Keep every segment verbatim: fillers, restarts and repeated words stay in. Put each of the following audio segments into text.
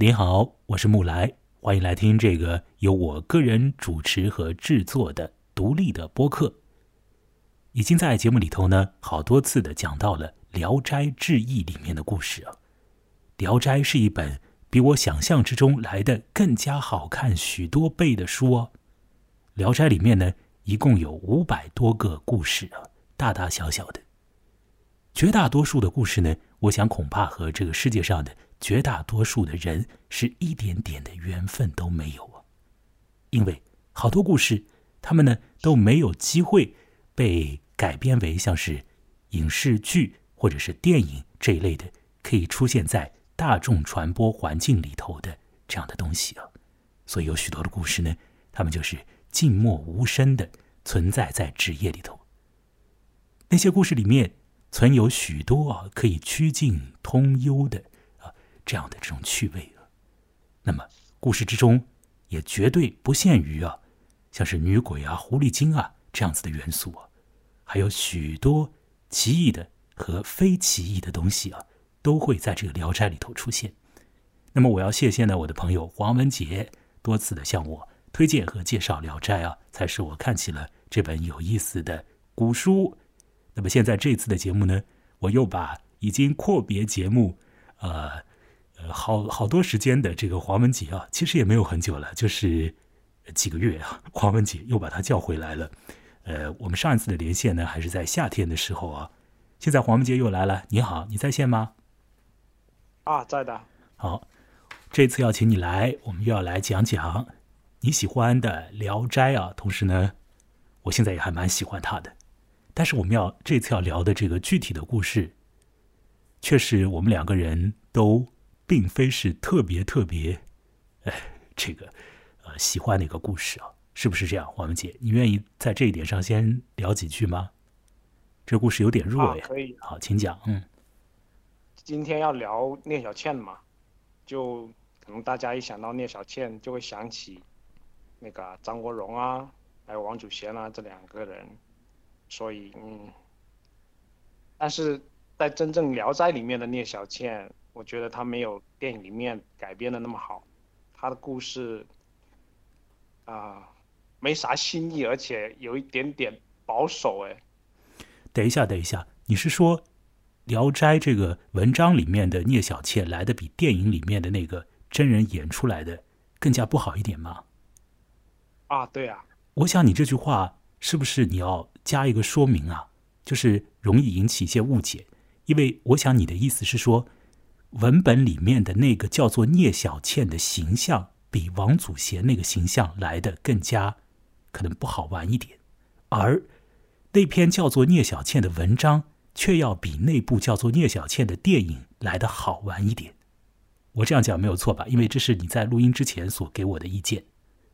您好，我是木来，欢迎来听这个由我个人主持和制作的独立的播客。已经在节目里头呢，好多次的讲到了《聊斋志异》里面的故事啊。《聊斋》是一本比我想象之中来的更加好看许多倍的书哦。《聊斋》里面呢，一共有五百多个故事啊，大大小小的。绝大多数的故事呢，我想恐怕和这个世界上的绝大多数的人是一点点的缘分都没有啊。因为好多故事他们呢都没有机会被改编为像是影视剧或者是电影这一类的可以出现在大众传播环境里头的这样的东西啊。所以有许多的故事呢，他们就是静默无声的存在在纸页里头。那些故事里面存有许多啊可以曲径通幽的啊这样的这种趣味啊。那么故事之中也绝对不限于啊像是女鬼啊、狐狸精啊这样子的元素啊，还有许多奇异的和非奇异的东西啊，都会在这个《聊斋》里头出现。那么我要谢谢呢我的朋友黄文杰多次的向我推荐和介绍《聊斋》啊，才使我看起了这本有意思的古书。那么现在这次的节目呢，我又把已经阔别节目呃呃好好多时间的这个黄文杰啊，其实也没有很久了，就是几个月啊，黄文杰又把他叫回来了。呃，我们上一次的连线呢，还是在夏天的时候啊。现在黄文杰又来了，你好，你在线吗？ 啊，在的。 好，这次要请你来，我们又要来讲讲你喜欢的《聊斋》啊。同时呢，我现在也还蛮喜欢他的。但是我们要这次要聊的这个具体的故事，却是我们两个人都并非是特别特别，哎，这个呃喜欢的一个故事啊，是不是这样？黄文杰，你愿意在这一点上先聊几句吗？这故事有点弱呀。 啊，可以。 好，请讲。嗯， 今天要聊聂小倩嘛，就可能大家一想到聂小倩，就会想起那个张国荣啊，还有王祖贤啊这两个人。所以，嗯，但是在真正《聊斋》里面的聂小倩，我觉得她没有电影里面改编的那么好。她的故事啊、呃，没啥新意，而且有一点点保守。哎， 等一下，等一下，你是说《聊斋》这个文章里面的聂小倩来的比电影里面的那个真人演出来的更加不好一点吗？ 啊，对啊。 我想你这句话是不是你要加一个说明啊？就是容易引起一些误解，因为我想你的意思是说，文本里面的那个叫做聂小倩的形象，比王祖贤那个形象来的更加可能不好玩一点，而那篇叫做聂小倩的文章，却要比那部叫做聂小倩的电影来的好玩一点。我这样讲没有错吧？因为这是你在录音之前所给我的意见。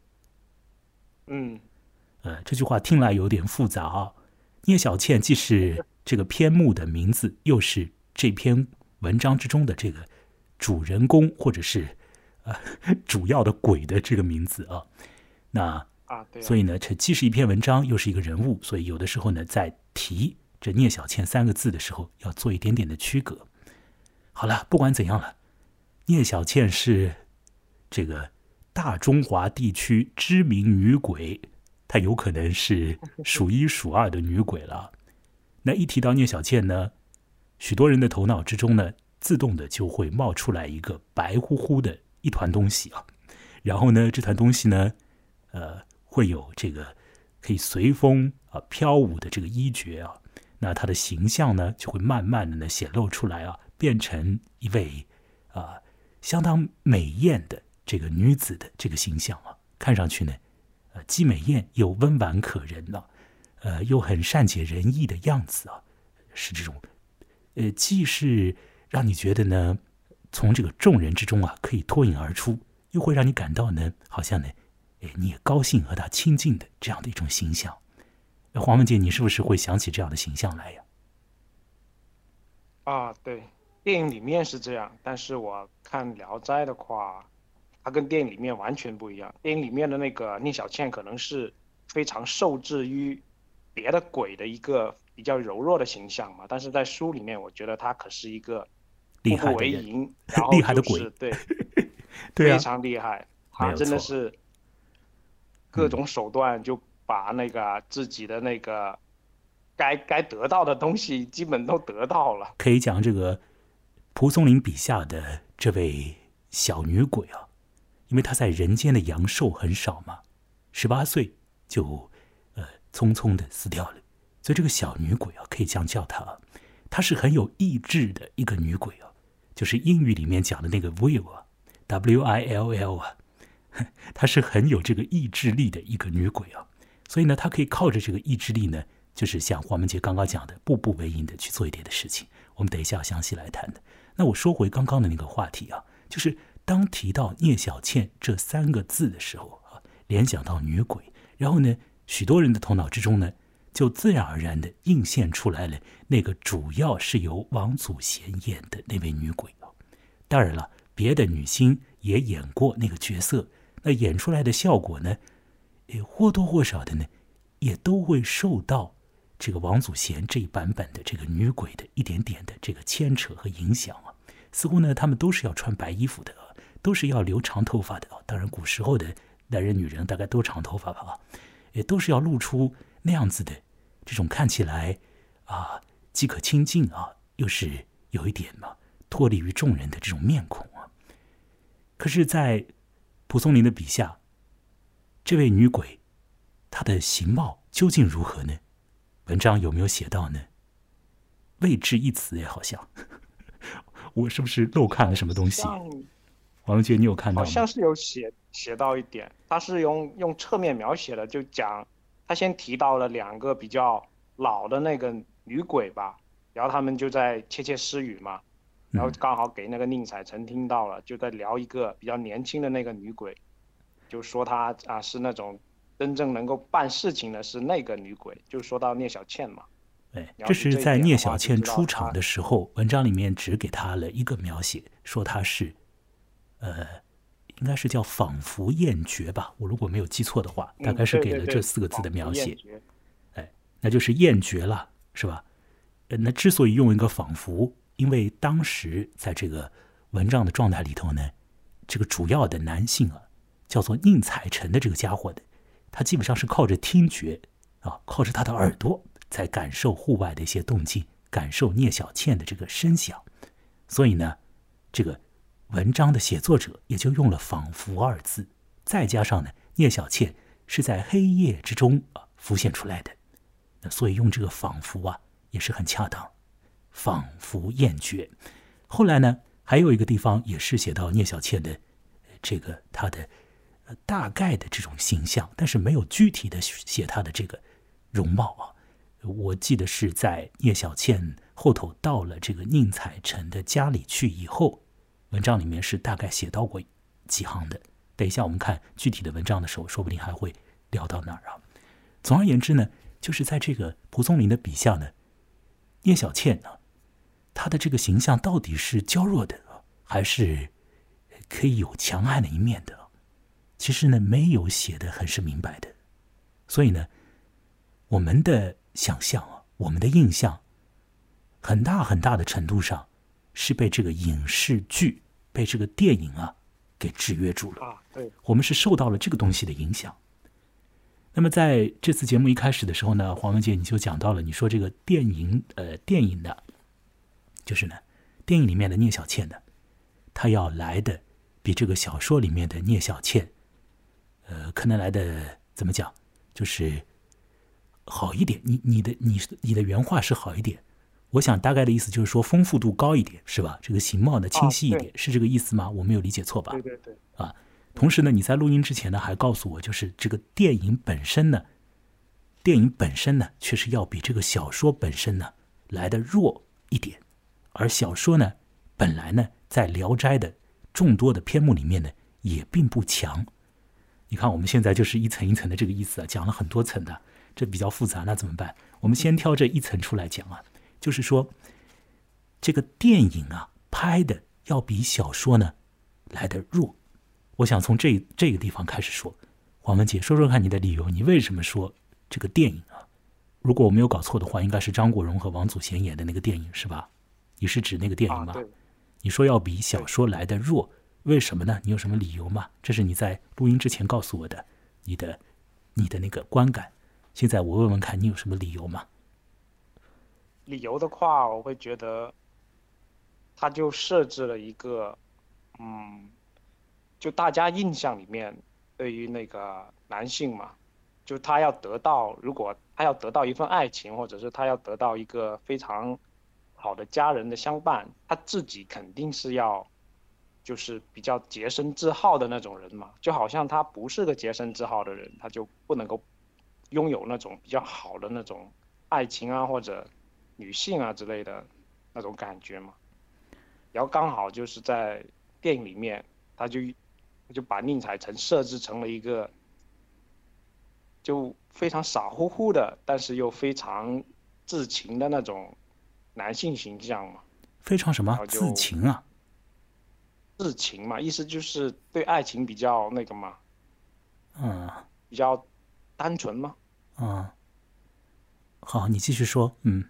嗯。 呃，这句话听来有点复杂啊。聂小倩既是这个篇目的名字，又是这篇文章之中的这个主人公或者是呃主要的鬼的这个名字啊。那啊，对啊。 所以呢，这既是一篇文章，又是一个人物，所以有的时候呢，在提这聂小倩三个字的时候，要做一点点的区隔。好了，不管怎样了，聂小倩是这个大中华地区知名女鬼。她有可能是数一数二的女鬼了。那一提到聂小倩呢，许多人的头脑之中呢，自动的就会冒出来一个白乎乎的一团东西啊。然后呢，这团东西呢，呃，会有这个可以随风啊飘舞的这个衣角啊。那她的形象呢，就会慢慢的呢显露出来啊，变成一位啊相当美艳的这个女子的这个形象啊，看上去呢。既美艳又温婉可人呢、啊，呃，又很善解人意的样子啊，是这种，呃，既是让你觉得呢，从这个众人之中啊可以脱颖而出，又会让你感到呢，好像呢，哎，你也高兴和他亲近的这样的一种形象。黄文杰，你是不是会想起这样的形象来呀？ 啊，对，电影里面是这样，但是我看《聊斋》的话。它跟电影里面完全不一样。电影里面的那个聂小倩可能是非常受制于别的鬼的一个比较柔弱的形象嘛，但是在书里面，我觉得她可是一个步步为营，然后厉害的就是鬼， 对， 对啊， 非常厉害，他真的是各种手段就把那个自己的那个该该得到的东西基本都得到了。 可以讲这个蒲松龄笔下的这位小女鬼啊，因为她在人间的阳寿很少嘛，十八岁就呃匆匆的死掉了，所以这个小女鬼啊，可以这样叫她啊，她是很有意志的一个女鬼啊，就是英语里面讲的那个 will 啊 ，W I L L 啊，她是很有这个意志力的一个女鬼啊，所以呢，她可以靠着这个意志力呢，就是像黄文杰刚刚讲的，步步为营的去做一点的事情。我们等一下详细来谈的。那我说回刚刚的那个话题啊，就是当提到聂小倩这三个字的时候啊，联想到女鬼，然后呢，许多人的头脑之中呢，就自然而然的映现出来了那个主要是由王祖贤演的那位女鬼啊。当然了，别的女星也演过那个角色，那演出来的效果呢，也或多或少的呢，也都会受到这个王祖贤这一版本的这个女鬼的一点点的这个牵扯和影响啊。似乎呢，他们都是要穿白衣服的啊，都是要留长头发的啊。当然，古时候的男人女人大概都长头发吧啊，也都是要露出那样子的这种看起来啊既可亲近啊，又是有一点嘛脱离于众人的这种面孔啊。可是，在蒲松龄的笔下，这位女鬼她的形貌究竟如何呢？文章有没有写到呢？未知一词也好像，我是不是漏看了什么东西？王文杰，你有看到吗？ 好像是有写写到一点，他是用用侧面描写的，就讲他先提到了两个比较老的那个女鬼吧，然后他们就在窃窃私语嘛，然后刚好给那个宁采臣听到了，就在聊一个比较年轻的那个女鬼，就说她啊是那种真正能够办事情的是那个女鬼，就说到聂小倩嘛。 哎，这是在聂小倩出场的时候，文章里面只给她了一个描写，说她是，呃，应该是叫仿佛艳绝吧，我如果没有记错的话，大概是给了这四个字的描写。 嗯、 哎，那就是艳绝了，是吧？呃，那之所以用一个仿佛，因为当时在这个文章的状态里头呢，这个主要的男性啊，叫做宁采臣的这个家伙的，他基本上是靠着听觉啊，靠着他的耳朵，在感受户外的一些动静，感受聂小倩的这个声响，所以呢，这个文章的写作者也就用了仿佛二字，再加上呢，聂小倩是在黑夜之中啊浮现出来的，那所以用这个仿佛啊也是很恰当，仿佛艳绝。后来呢，还有一个地方也是写到聂小倩的这个她的呃大概的这种形象，但是没有具体的写她的这个容貌啊。我记得是在聂小倩后头到了这个宁采臣的家里去以后，文章里面是大概写到过几行的。等一下我们看具体的文章的时候，说不定还会聊到那儿啊。总而言之呢，就是在这个蒲松龄的笔下呢，聂小倩呢，她的这个形象到底是娇弱的，还是可以有强悍的一面的？其实呢，没有写得很是明白的。所以呢，我们的想象啊，我们的印象，很大很大的程度上是被这个影视剧、被这个电影啊给制约住了。 啊，对， 我们是受到了这个东西的影响。那么在这次节目一开始的时候呢，黄文杰你就讲到了，你说这个电影，呃，电影的，就是呢，电影里面的聂小倩呢，她要来的比这个小说里面的聂小倩，呃，可能来的怎么讲，就是好一点。你你的你你的原话是好一点，我想大概的意思就是说丰富度高一点，是吧？这个形貌呢清晰一点，是这个意思吗？我没有理解错吧？ 对对对。 啊，同时呢，你在录音之前呢，还告诉我，就是这个电影本身呢，电影本身呢，确实要比这个小说本身呢来的弱一点，而小说呢，本来呢，在《聊斋》的众多的篇目里面呢，也并不强。你看，我们现在就是一层一层的这个意思啊，讲了很多层的，这比较复杂，那怎么办？我们先挑这一层出来讲啊，就是说，这个电影啊拍的要比小说呢来的弱。我想从这这个地方开始说，黄文杰说说看你的理由，你为什么说这个电影啊？如果我没有搞错的话，应该是张国荣和王祖贤演的那个电影是吧？你是指那个电影吗？ 啊， 你说要比小说来的弱， 为什么呢？你有什么理由吗？这是你在录音之前告诉我的，你的你的那个观感。现在我问问看，你有什么理由吗？ 理由的话，我会觉得，他就设置了一个，嗯，就大家印象里面对于那个男性嘛，就他要得到，如果他要得到一份爱情，或者是他要得到一个非常好的家人的相伴，他自己肯定是要，就是比较洁身自好的那种人嘛，就好像他不是个洁身自好的人，他就不能够拥有那种比较好的那种爱情啊，或者女性啊之类的那种感觉嘛。然后刚好就是在电影里面，他就就把宁采臣设置成了一个就非常傻乎乎的，但是又非常至情的那种男性形象嘛。 非常什么然后就自情啊？ 至情嘛，意思就是对爱情比较那个嘛， 嗯比较单纯嘛。 嗯，好，你继续说。嗯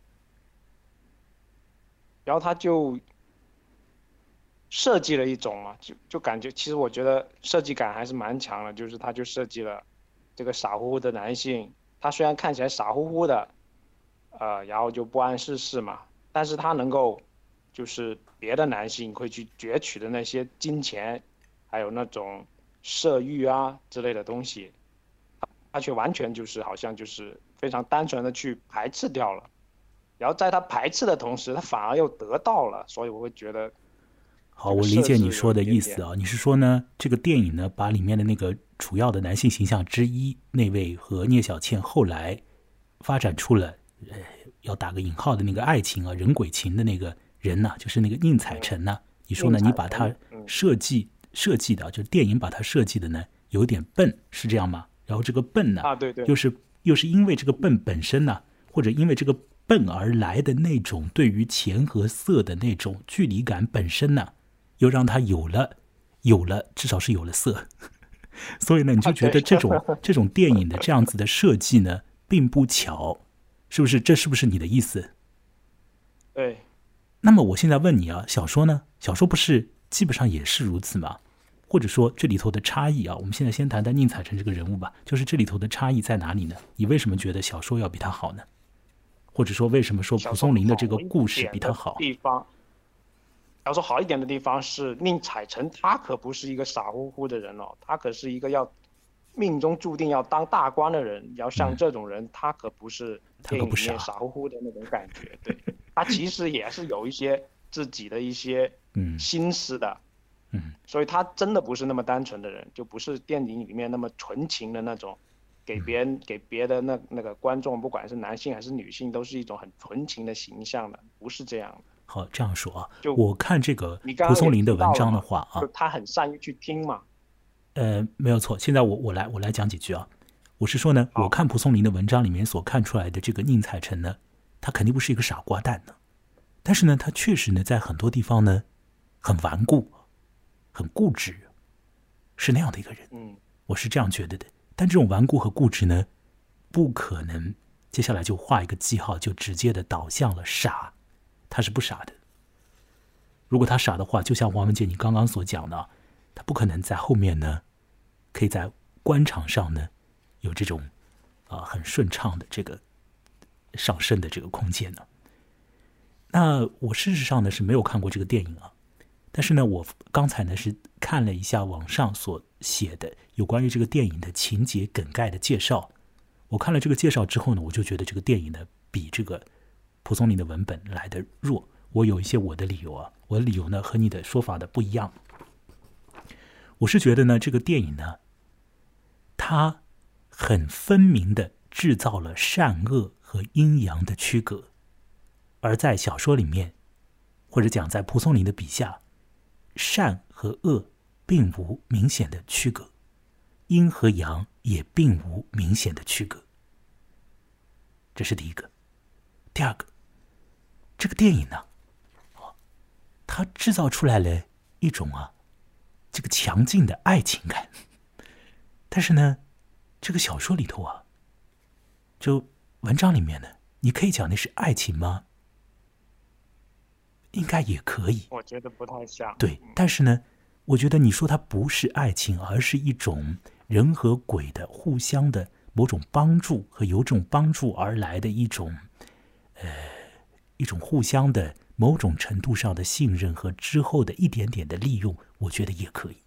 然后他就设计了一种嘛，就就感觉其实我觉得设计感还是蛮强的，就是他就设计了这个傻乎乎的男性，他虽然看起来傻乎乎的，呃，然后就不谙世事嘛，但是他能够就是别的男性会去攫取的那些金钱，还有那种色欲啊之类的东西，他却完全就是好像就是非常单纯的去排斥掉了。然后在他排斥的同时，他反而又得到了，所以我会觉得好， 这个我理解设置有你说的一点点意思啊。你是说呢，这个电影呢，把里面的那个主要的男性形象之一，那位和聂小倩后来发展出了呃，要打个引号的那个爱情啊，人鬼情的那个人呢、就是那个宁采臣呢、你说呢？ 宁采你把他臣嗯设计设计的，就是电影把他设计的呢，有点笨，是这样吗？然后这个笨呢， 啊，对对又是又是因为这个笨本身呢，或者因为这个笨而来的那种对于钱和色的那种距离感本身呢，又让他有了有了至少是有了色，所以呢，你就觉得这种这种电影的这样子的设计呢，并不巧，是不是？这是不是你的意思？ 对， 那么我现在问你啊，小说呢？小说不是基本上也是如此吗？或者说这里头的差异啊，我们现在先谈谈宁采臣这个人物吧，就是这里头的差异在哪里呢？你为什么觉得小说要比他好呢？或者说为什么说蒲松龄的这个故事比他好？ 地方，要说好一点的地方是宁采臣，他可不是一个傻乎乎的人哦，他可是一个要命中注定要当大官的人。要像这种人，他可不是电影里面傻乎乎的那种感觉。对，他其实也是有一些自己的一些心思的。 嗯， 所以他真的不是那么单纯的人，就不是电影里面那么纯情的那种，给别人、嗯、给别的那那个观众，不管是男性还是女性，都是一种很纯情的形象的，不是这样的。 好，这样说啊， 就我看这个蒲松龄的文章的话啊， 就他很善于去听嘛。 呃，没有错。现在我我来我来讲几句啊。我是说呢，我看蒲松龄的文章里面所看出来的这个宁采臣呢，他肯定不是一个傻瓜蛋呢，但是呢，他确实呢，在很多地方呢，很顽固。很固执，是那样的一个人， 嗯， 我是这样觉得的。但这种顽固和固执呢，不可能接下来就画一个记号，就直接的导向了傻，他是不傻的。如果他傻的话，就像王文杰你刚刚所讲的，他不可能在后面呢，可以在官场上呢有这种啊、呃、很顺畅的这个上升的这个空间呢。那我事实上呢是没有看过这个电影啊。但是呢，我刚才呢是看了一下网上所写的有关于这个电影的情节梗概的介绍。我看了这个介绍之后呢，我就觉得这个电影呢比这个蒲松龄的文本来的弱。我有一些我的理由啊，我的理由呢和你的说法的不一样。我是觉得呢，这个电影呢，它很分明的制造了善恶和阴阳的区隔，而在小说里面，或者讲在蒲松龄的笔下，善和恶并无明显的区隔，阴和阳也并无明显的区隔。这是第一个。第二个，这个电影呢，它制造出来了一种啊，这个强劲的爱情感。但是呢，这个小说里头啊，就文章里面呢，你可以讲那是爱情吗？应该也可以， 我觉得不太像。 对，但是呢， 我觉得你说它不是爱情，而是一种人和鬼的互相的某种帮助和由这种帮助而来的一种，呃，一种互相的某种程度上的信任和之后的一点点的利用，我觉得也可以。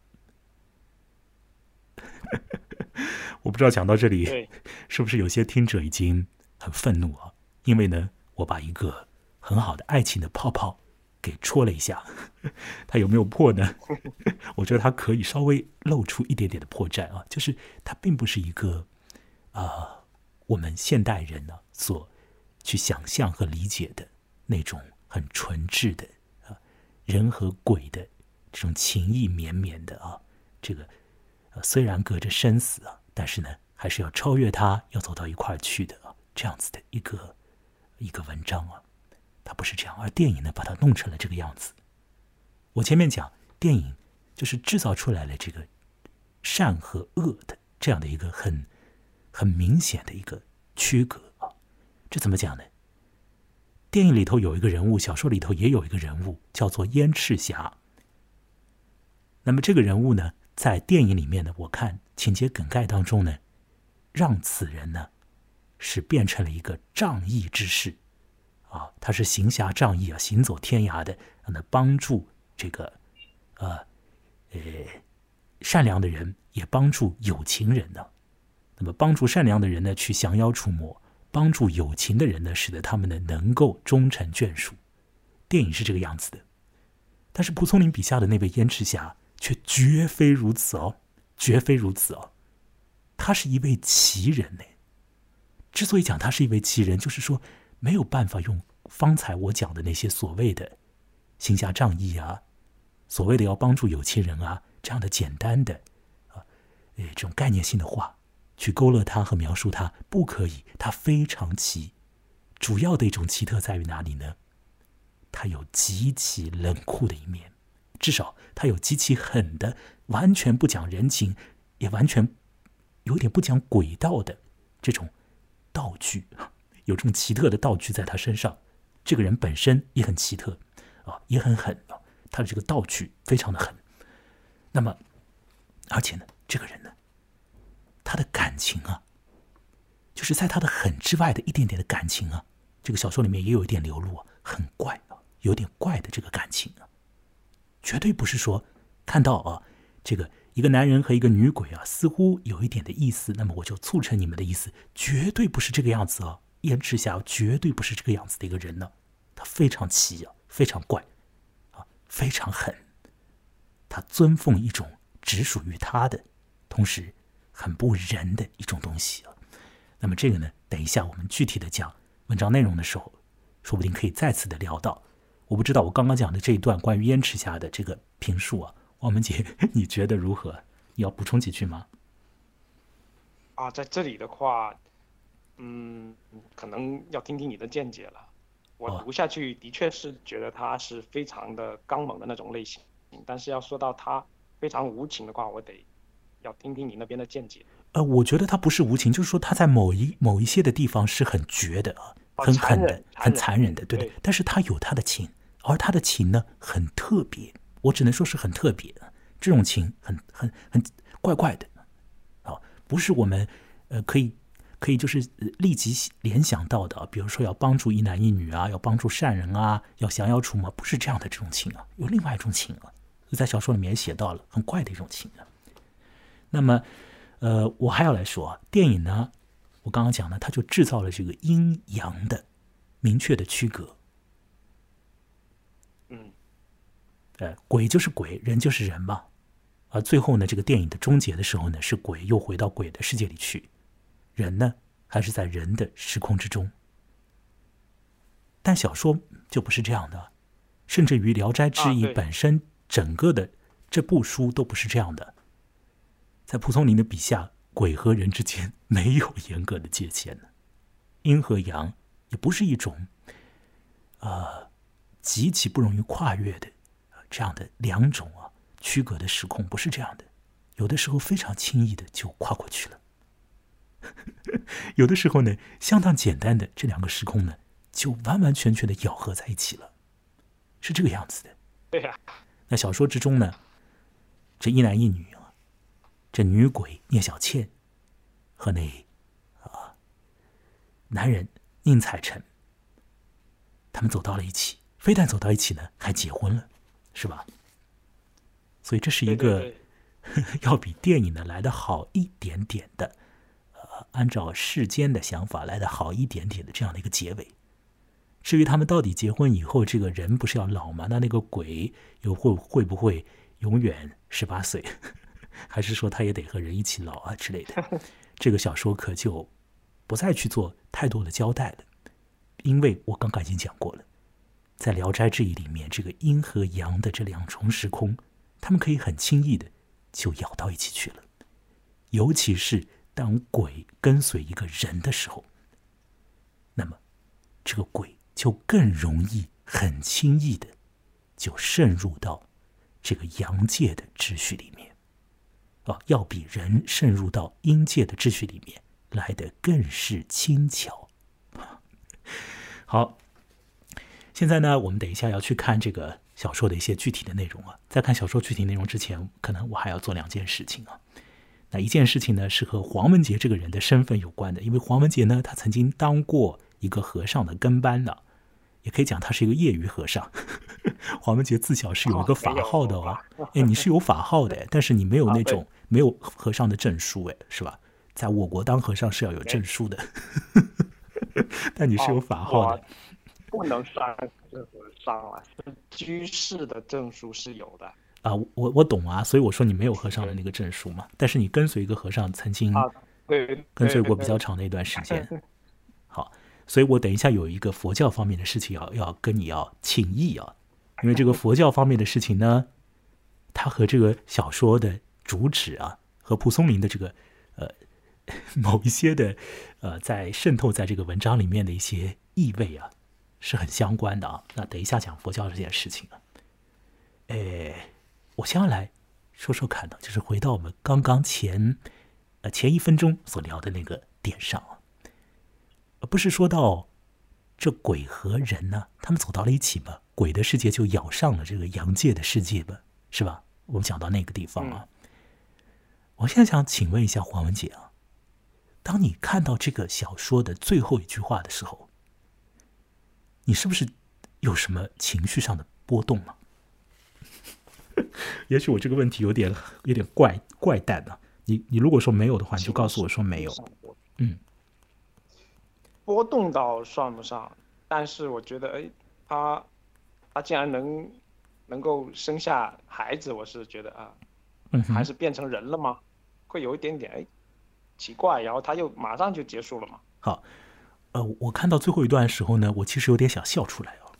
我不知道讲到这里，是不是有些听者已经很愤怒啊？因为呢，我把一个很好的爱情的泡泡给戳了一下，它有没有破呢？我觉得它可以稍微露出一点点的破绽啊，就是它并不是一个啊、呃、我们现代人呢、啊、所去想象和理解的那种很纯质的啊人和鬼的这种情意绵绵的啊，这个、呃、虽然隔着生死啊，但是呢还是要超越它，要走到一块儿去的啊，这样子的一个一个文章啊。它不是这样，而电影呢把它弄成了这个样子。我前面讲电影就是制造出来了这个善和恶的这样的一个很很明显的一个区隔啊。这怎么讲呢？电影里头有一个人物，小说里头也有一个人物，叫做燕赤霞。那么这个人物呢，在电影里面呢，我看情节梗概当中呢，让此人呢是变成了一个仗义之士。啊，他是行侠仗义啊，行走天涯的，那帮助这个呃呃善良的人，也帮助有情人呢。那么帮助善良的人呢，去降妖除魔；帮助有情的人呢，使得他们呢能够终成眷属。电影是这个样子的，但是蒲松龄笔下的那位燕赤霞却绝非如此哦，绝非如此哦。他是一位奇人呢。之所以讲他是一位奇人，就是说没有办法用方才我讲的那些所谓的行侠仗义啊，所谓的要帮助有情人啊，这样的简单的啊，呃，这种概念性的话去勾勒它和描述它，不可以。它非常奇，主要的一种奇特在于哪里呢？它有极其冷酷的一面，至少它有极其狠的，完全不讲人情，也完全有点不讲轨道的这种道具。有这种奇特的道具在他身上，这个人本身也很奇特啊，也很狠啊，他的这个道具非常的狠。那么，而且呢，这个人呢，他的感情啊，就是在他的狠之外的一点点的感情啊，这个小说里面也有一点流露啊，很怪啊，有点怪的这个感情啊，绝对不是说看到啊，这个一个男人和一个女鬼啊，似乎有一点的意思，那么我就促成你们的意思，绝对不是这个样子啊。燕赤霞绝对不是这个样子的一个人呢，他非常奇啊，非常怪啊，非常狠。他尊奉一种只属于他的，同时很不仁的一种东西啊。那么这个呢，等一下我们具体的讲文章内容的时候，说不定可以再次的聊到。我不知道我刚刚讲的这一段关于燕赤霞的这个评述啊，王文杰你觉得如何？你要补充几句吗？ 啊，在这里的话。嗯，可能要听听你的见解了。我读下去的确是觉得他是非常的刚猛的那种类型，但是要说到他非常无情的话，我得要听听你那边的见解。 呃，我觉得他不是无情，就是说他在某一某一些的地方是很绝的啊，很狠的，很残忍的，对的。但是他有他的情，而他的情呢很特别，我只能说是很特别的。这种情很很很怪怪的啊，不是我们呃可以。可以就是立即联想到的，比如说要帮助一男一女啊，要帮助善人啊，要降妖除魔，不是这样的这种情啊，有另外一种情啊，在小说里面也写到了，很怪的一种情啊。那么，呃，我还要来说，电影呢，我刚刚讲呢，它就制造了这个阴阳的明确的区隔。 嗯， 呃，鬼就是鬼，人就是人嘛。而最后呢，这个电影的终结的时候呢，是鬼又回到鬼的世界里去。人呢，还是在人的时空之中，但小说就不是这样的，甚至于《聊斋志异》本身整个的这部书都不是这样的。在蒲松龄的笔下，鬼和人之间没有严格的界限呢，阴和阳也不是一种呃极其不容易跨越的这样的两种啊区隔的时空，不是这样的，有的时候非常轻易的就跨过去了。有的时候呢，相当简单的这两个时空呢，就完完全全的咬合在一起了，是这个样子的。 对呀、啊。 那小说之中呢， 这一男一女啊，这女鬼聂小倩和那啊男人宁采臣，他们走到了一起，非但走到一起呢，还结婚了，是吧？所以这是一个对对对要比电影呢来得好一点点的，呃，按照世间的想法来得好一点点的这样的一个结尾。至于他们到底结婚以后，这个人不是要老吗？那那个鬼又会会不会永远十八岁，还是说他也得和人一起老啊之类的？这个小说可就不再去做太多的交代了，因为我刚刚已经讲过了，在《聊斋志异》里面，这个阴和阳的这两重时空，他们可以很轻易的就咬到一起去了。尤其是当鬼跟随一个人的时候，那么这个鬼就更容易很轻易的就渗入到这个阳界的秩序里面，啊，要比人渗入到阴界的秩序里面来得更是轻巧。好，现在呢，我们等一下要去看这个小说的一些具体的内容啊。在看小说具体内容之前，可能我还要做两件事情啊。那一件事情呢，是和黄文杰这个人的身份有关的，因为黄文杰呢，他曾经当过一个和尚的跟班的，也可以讲他是一个业余和尚。黄文杰自小是有一个法号的哦，哎，你是有法号的，但是你没有那种没有和尚的证书，哎，是吧？在我国当和尚是要有证书的，但你是有法号的， 不能算是和尚啊，是居士的证书是有的。 啊，我我懂啊，所以我说你没有和尚的那个证书嘛，但是你跟随一个和尚曾经跟随过比较长的一段时间。好，所以我等一下有一个佛教方面的事情要要跟你要请益啊，因为这个佛教方面的事情呢，它和这个小说的主旨啊，和蒲松龄的这个呃某一些的呃在渗透在这个文章里面的一些意味啊，是很相关的啊。那等一下讲佛教这件事情啊，哎。我先要来说说看的，就是回到我们刚刚前呃前一分钟所聊的那个点上啊，不是说到这鬼和人呢，他们走到了一起嘛，鬼的世界就咬上了这个阳界的世界嘛，是吧？我们讲到那个地方啊，嗯、我现在想请问一下黄文姐啊，当你看到这个小说的最后一句话的时候，你是不是有什么情绪上的波动吗？也许我这个问题有点有点怪怪诞啊，你你如果说没有的话，你就告诉我说没有。嗯， 波动倒算不上，但是我觉得，哎，他他竟然能能够生下孩子，我是觉得啊， 嗯， 还是变成人了吗？会有一点点哎奇怪，然后他又马上就结束了嘛。 好，呃，我看到最后一段的时候呢，我其实有点想笑出来哦。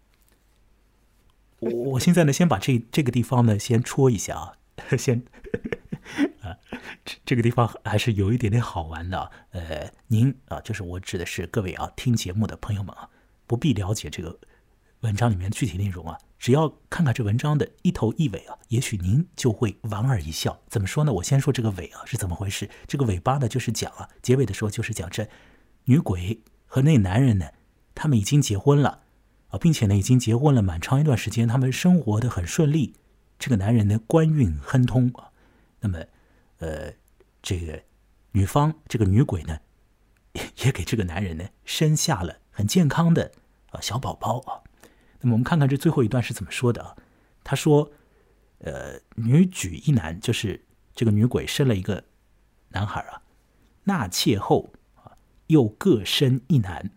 我我现在呢，先把这这个地方呢先戳一下啊，先啊，这个地方还是有一点点好玩的。呃，您啊，就是我指的是各位啊，听节目的朋友们啊，不必了解这个文章里面具体内容啊，只要看看这文章的一头一尾啊，也许您就会莞尔一笑。怎么说呢？我先说这个尾啊是怎么回事。这个尾巴呢，就是讲啊，结尾的时候就是讲这女鬼和那男人呢，他们已经结婚了。啊，并且呢，已经结婚了蛮长一段时间，他们生活的很顺利。这个男人呢，官运亨通啊。那么，呃，这个女方这个女鬼呢，也给这个男人呢生下了很健康的啊小宝宝啊。那么我们看看这最后一段是怎么说的啊？他说，呃，女举一男，就是这个女鬼生了一个男孩啊。纳妾后啊，又各生一男，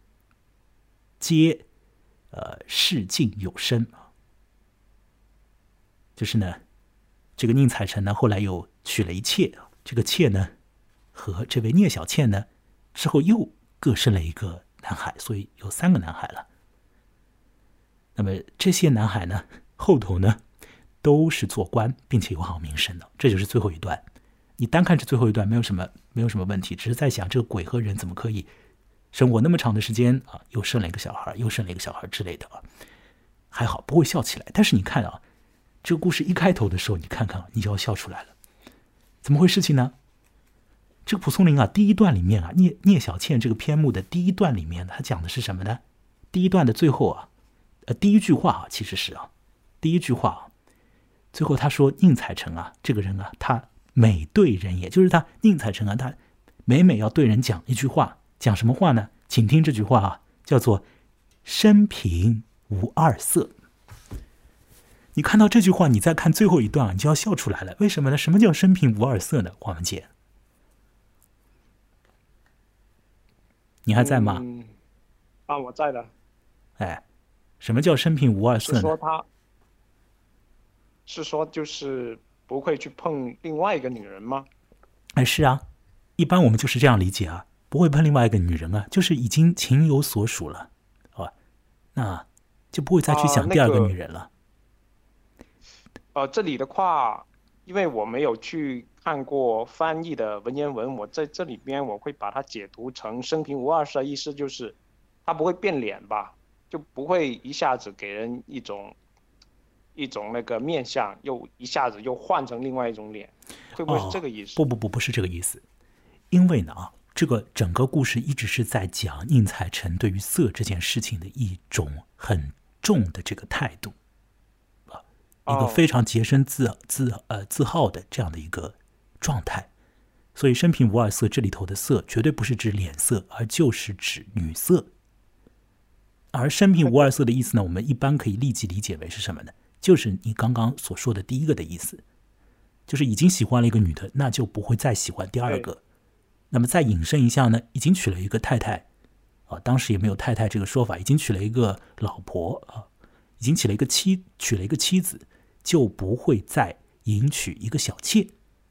皆。呃，世境有生啊，就是呢，这个宁采臣呢，后来又娶了一妾啊，这个妾呢，和这位聂小倩呢，之后又各生了一个男孩，所以有三个男孩了。那么这些男孩呢，后头呢，都是做官，并且有好名声的。这就是最后一段。你单看这最后一段，没有什么，没有什么问题，只是在想这个鬼和人怎么可以生活那么长的时间啊，又生了一个小孩，又生了一个小孩之类的啊，还好不会笑起来。但是你看啊，这个故事一开头的时候，你看看，你就要笑出来了。怎么回事情呢？这个蒲松龄啊，第一段里面啊，聂聂小倩这个篇目的第一段里面，他讲的是什么呢？第一段的最后啊，呃，第一句话啊，其实是啊，第一句话啊， 最后他说宁采臣啊，这个人啊，他每对人也，就是他宁采臣啊，他每每要对人讲一句话，讲什么话呢？请听这句话啊，叫做生平无二色。你看到这句话，你再看最后一段啊，你就要笑出来了。为什么呢？什么叫生平无二色呢？黄文杰，你还在吗？ 嗯，啊，我在的。 哎，什么叫生平无二色呢？ 是说他，是说就是不会去碰另外一个女人吗？ 哎，是啊，一般我们就是这样理解啊，不会碰另外一个女人啊，就是已经情有所属了，好吧？那就不会再去想第二个女人了。 啊那个、呃，这里的话，因为我没有去看过翻译的文言文，我在这里边我会把它解读成生平无二色，意思就是他不会变脸吧，就不会一下子给人一种一种那个面相，又一下子又换成另外一种脸，会不会是这个意思？ 哦、不不不，不是这个意思。因为呢啊，这个整个故事一直是在讲宁采臣对于色这件事情的一种很重的这个态度。一个非常洁身自自呃自好的这样的一个状态，所以生平无二色这里头的色绝对不是指脸色，而就是指女色。而生平无二色的意思呢，我们一般可以立即理解为是什么呢？就是你刚刚所说的第一个的意思，就是已经喜欢了一个女的，那就不会再喜欢第二个。那么再引申一下呢，已经娶了一个太太啊，当时也没有太太这个说法，已经娶了一个老婆啊，已经娶了一个妻，娶了一个妻子。就不会再迎娶一个小妾。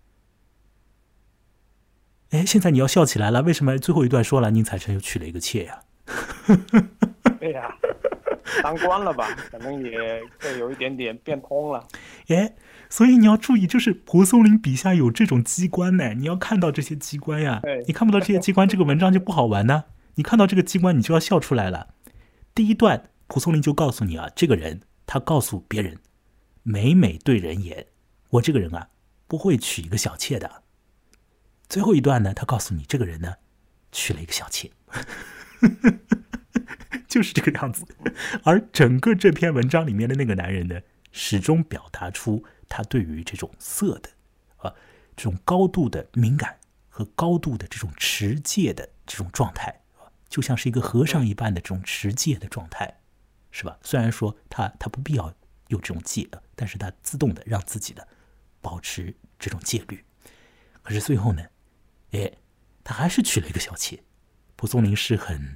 哎，现在你要笑起来了，为什么最后一段说了宁采臣又娶了一个妾呀、 啊？对呀、啊，当官了吧，可能也会有一点点变通了。 哎，所以你要注意，就是蒲松龄笔下有这种机关呢，你要看到这些机关呀。你看不到这些机关，这个文章就不好玩呢。你看到这个机关，你就要笑出来了。第一段，蒲松龄就告诉你啊，这个人他告诉别人。每每对人言，我这个人啊，不会娶一个小妾的。最后一段呢，他告诉你，这个人呢，娶了一个小妾，就是这个样子。而整个这篇文章里面的那个男人呢，始终表达出他对于这种色的啊，这种高度的敏感和高度的这种持戒的这种状态啊，就像是一个和尚一般的这种持戒的状态，是吧？虽然说他他不必要有这种戒，但是他自动的让自己的保持这种戒律。可是最后呢，哎，他还是娶了一个小妾。蒲松龄是很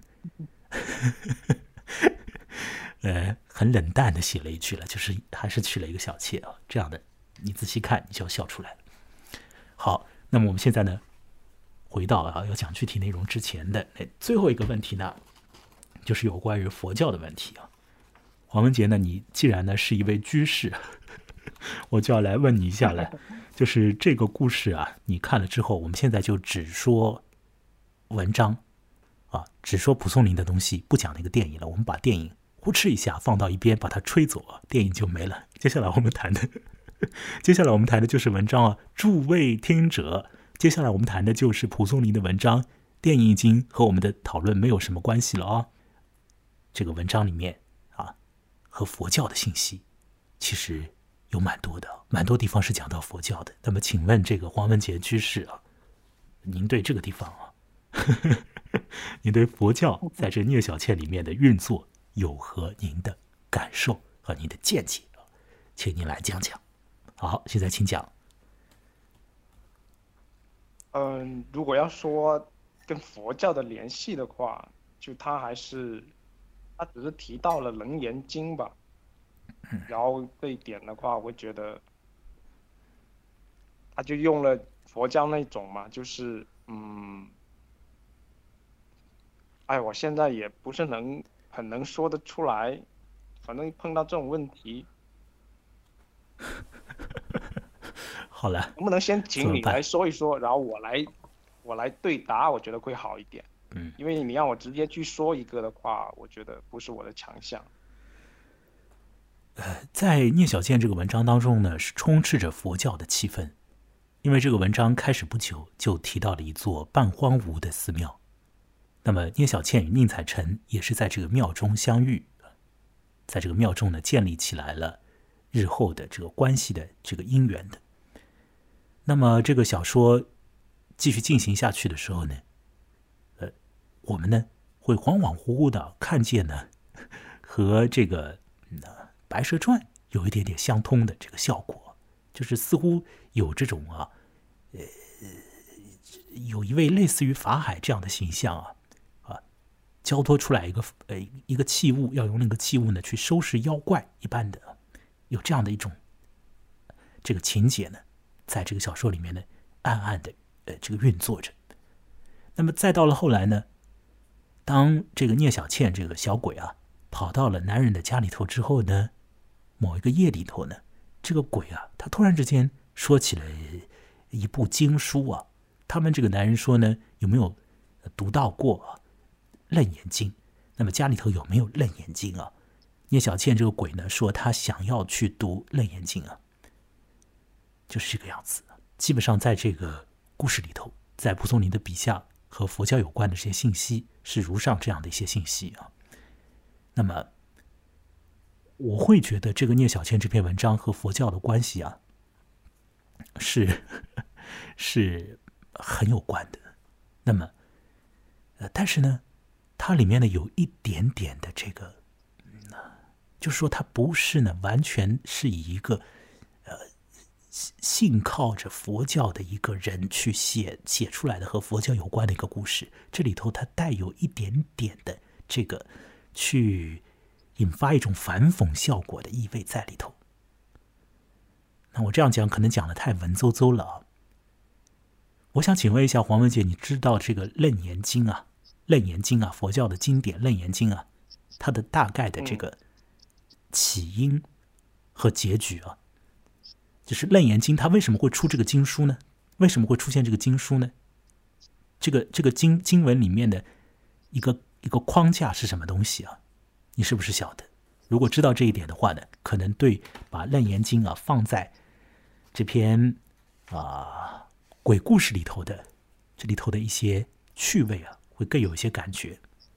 呃很冷淡的写了一句了，就是还是娶了一个小妾啊。这样的你仔细看你就要笑出来了。好，那么我们现在呢回到啊要讲具体内容之前的那最后一个问题呢，就是有关于佛教的问题啊。黄文杰呢，你既然呢是一位居士，我就要来问你一下了，就是这个故事啊，你看了之后，我们现在就只说文章啊，只说蒲松龄的东西，不讲那个电影了。我们把电影呼哧一下放到一边，把它吹走，电影就没了。接下来我们谈的，接下来我们谈的就是文章啊，诸位听者。接下来我们谈的就是蒲松龄的文章，电影已经和我们的讨论没有什么关系了啊。这个文章里面。和佛教的信息其实有蛮多的，蛮多地方是讲到佛教的。那么请问这个黄文杰居士啊，您对这个地方啊，呵呵您对佛教在这聂小倩里面的运作有何您的感受和您的见解啊？请您来讲讲。好，现在请讲。 嗯，如果要说跟佛教的联系的话，就他还是。他只是提到了《楞严经》吧，然后这一点的话，我觉得他就用了佛教那种嘛，就是嗯，哎，我现在也不是能很能说得出来，反正碰到这种问题， 好了， 能不能先请你来说一说，然后我来我来对答，我觉得会好一点。 嗯， 因为你让我直接去说一个的话，我觉得不是我的强项。 呃，在聂小倩这个文章当中呢，是充斥着佛教的气氛，因为这个文章开始不久就提到了一座半荒芜的寺庙。那么聂小倩与宁采臣也是在这个庙中相遇，在这个庙中呢建立起来了日后的这个关系的这个因缘的。那么这个小说继续进行下去的时候呢，呃，我们呢会恍恍惚惚的看见呢和这个、嗯、白蛇传有一点点相通的这个效果，就是似乎有这种啊，呃，有一位类似于法海这样的形象啊，啊，交托出来一个呃一个器物，要用那个器物呢去收拾妖怪一般的，有这样的一种这个情节呢，在这个小说里面呢暗暗的呃这个运作着。那么再到了后来呢，当这个聂小倩这个小鬼啊跑到了男人的家里头之后呢，某一个夜里头呢，这个鬼啊他突然之间说起了一部经书啊，他们这个男人说呢，有没有读到过啊《楞严经》？那么家里头有没有《楞严经》啊？聂小倩这个鬼呢说他想要去读《楞严经》啊，就是这个样子。基本上在这个故事里头，在蒲松龄的笔下和佛教有关的这些信息是如上这样的一些信息啊。那么我会觉得这个聂小倩这篇文章和佛教的关系啊是是很有关的。那么呃，但是呢它里面呢有一点点的这个、嗯、就是说它不是呢完全是以一个呃信靠着佛教的一个人去写写出来的和佛教有关的一个故事，这里头它带有一点点的这个去引发一种反讽效果的意味在里头。那我这样讲可能讲得太文绉绉了啊。我想请问一下黄文杰，你知道这个《楞严经》啊，《楞严经》啊，佛教的经典《楞严经》啊，它的大概的这个起因和结局啊，就是《楞严经》它为什么会出这个经书呢？为什么会出现这个经书呢？这个这个经经文里面的一个一个框架是什么东西啊？你是不是晓得？如果知道这一点的话呢，可能对把《楞严经》啊放在这篇啊鬼故事里头的这里头的一些趣味啊，会更有一些感觉。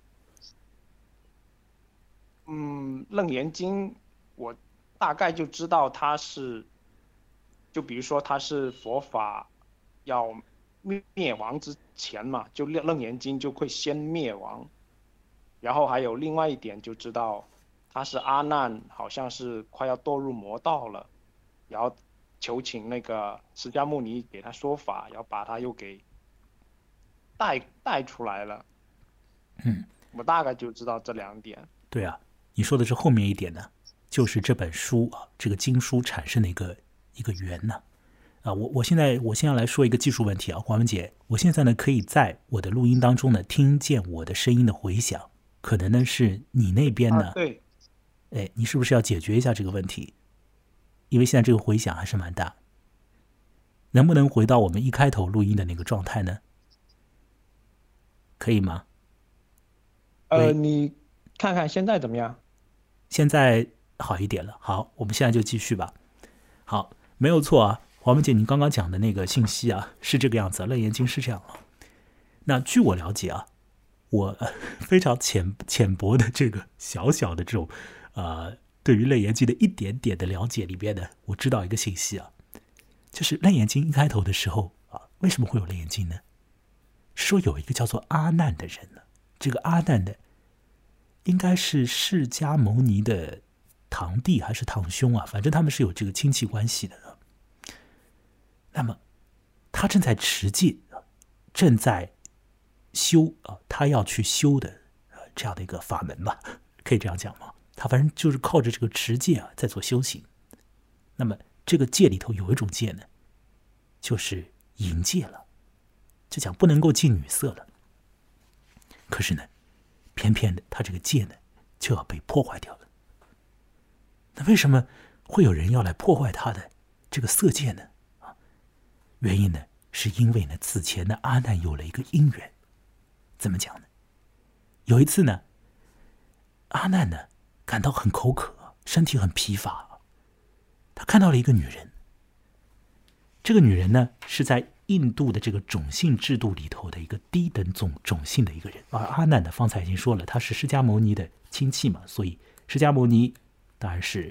嗯，《楞严经》我大概就知道它是，就比如说它是佛法要灭亡之前嘛，就《楞严经》就会先灭亡。然后还有另外一点就知道，他是阿难，好像是快要堕入魔道了，然后求请那个释迦牟尼给他说法，然后把他又给带带出来了。 嗯， 我大概就知道这两点。 对啊，你说的是后面一点呢，就是这本书啊，这个经书产生的一个一个缘呢。啊，我我现在我先要来说一个技术问题啊，黄文姐，我现在呢可以在我的录音当中呢听见我的声音的回响。可能呢是你那边呢、 啊，对， 哎，你是不是要解决一下这个问题？因为现在这个回响还是蛮大，能不能回到我们一开头录音的那个状态呢？可以吗？ 呃，你看看现在怎么样？ 现在好一点了。好，我们现在就继续吧。好，没有错啊，黄文姐，你刚刚讲的那个信息啊，是这个样子，《楞严经》是这样啊。那据我了解啊。我非常浅浅薄的这个小小的这种，呃，对于《楞严经》的一点点的了解里边呢，我知道一个信息啊，就是《楞严经》一开头的时候啊，为什么会有《楞严经》呢？是说有一个叫做阿难的人呢，这个阿难呢，应该是释迦牟尼的堂弟还是堂兄啊，反正他们是有这个亲戚关系的。那么他正在持戒，正在修啊，他要去修的、呃、这样的一个法门吧，可以这样讲吗？他反正就是靠着这个持戒啊，在做修行。那么这个戒里头有一种戒呢，就是淫戒了，就讲不能够近女色了。可是呢，偏偏的他这个戒呢就要被破坏掉了。那为什么会有人要来破坏他的这个色戒呢？啊，原因呢是因为呢此前的阿难有了一个因缘。怎么讲呢？有一次呢，阿难呢感到很口渴，身体很疲乏，他看到了一个女人。这个女人呢是在印度的这个种姓制度里头的一个低等种种姓的一个人，而阿难呢方才已经说了，他是释迦牟尼的亲戚嘛，所以释迦牟尼当然是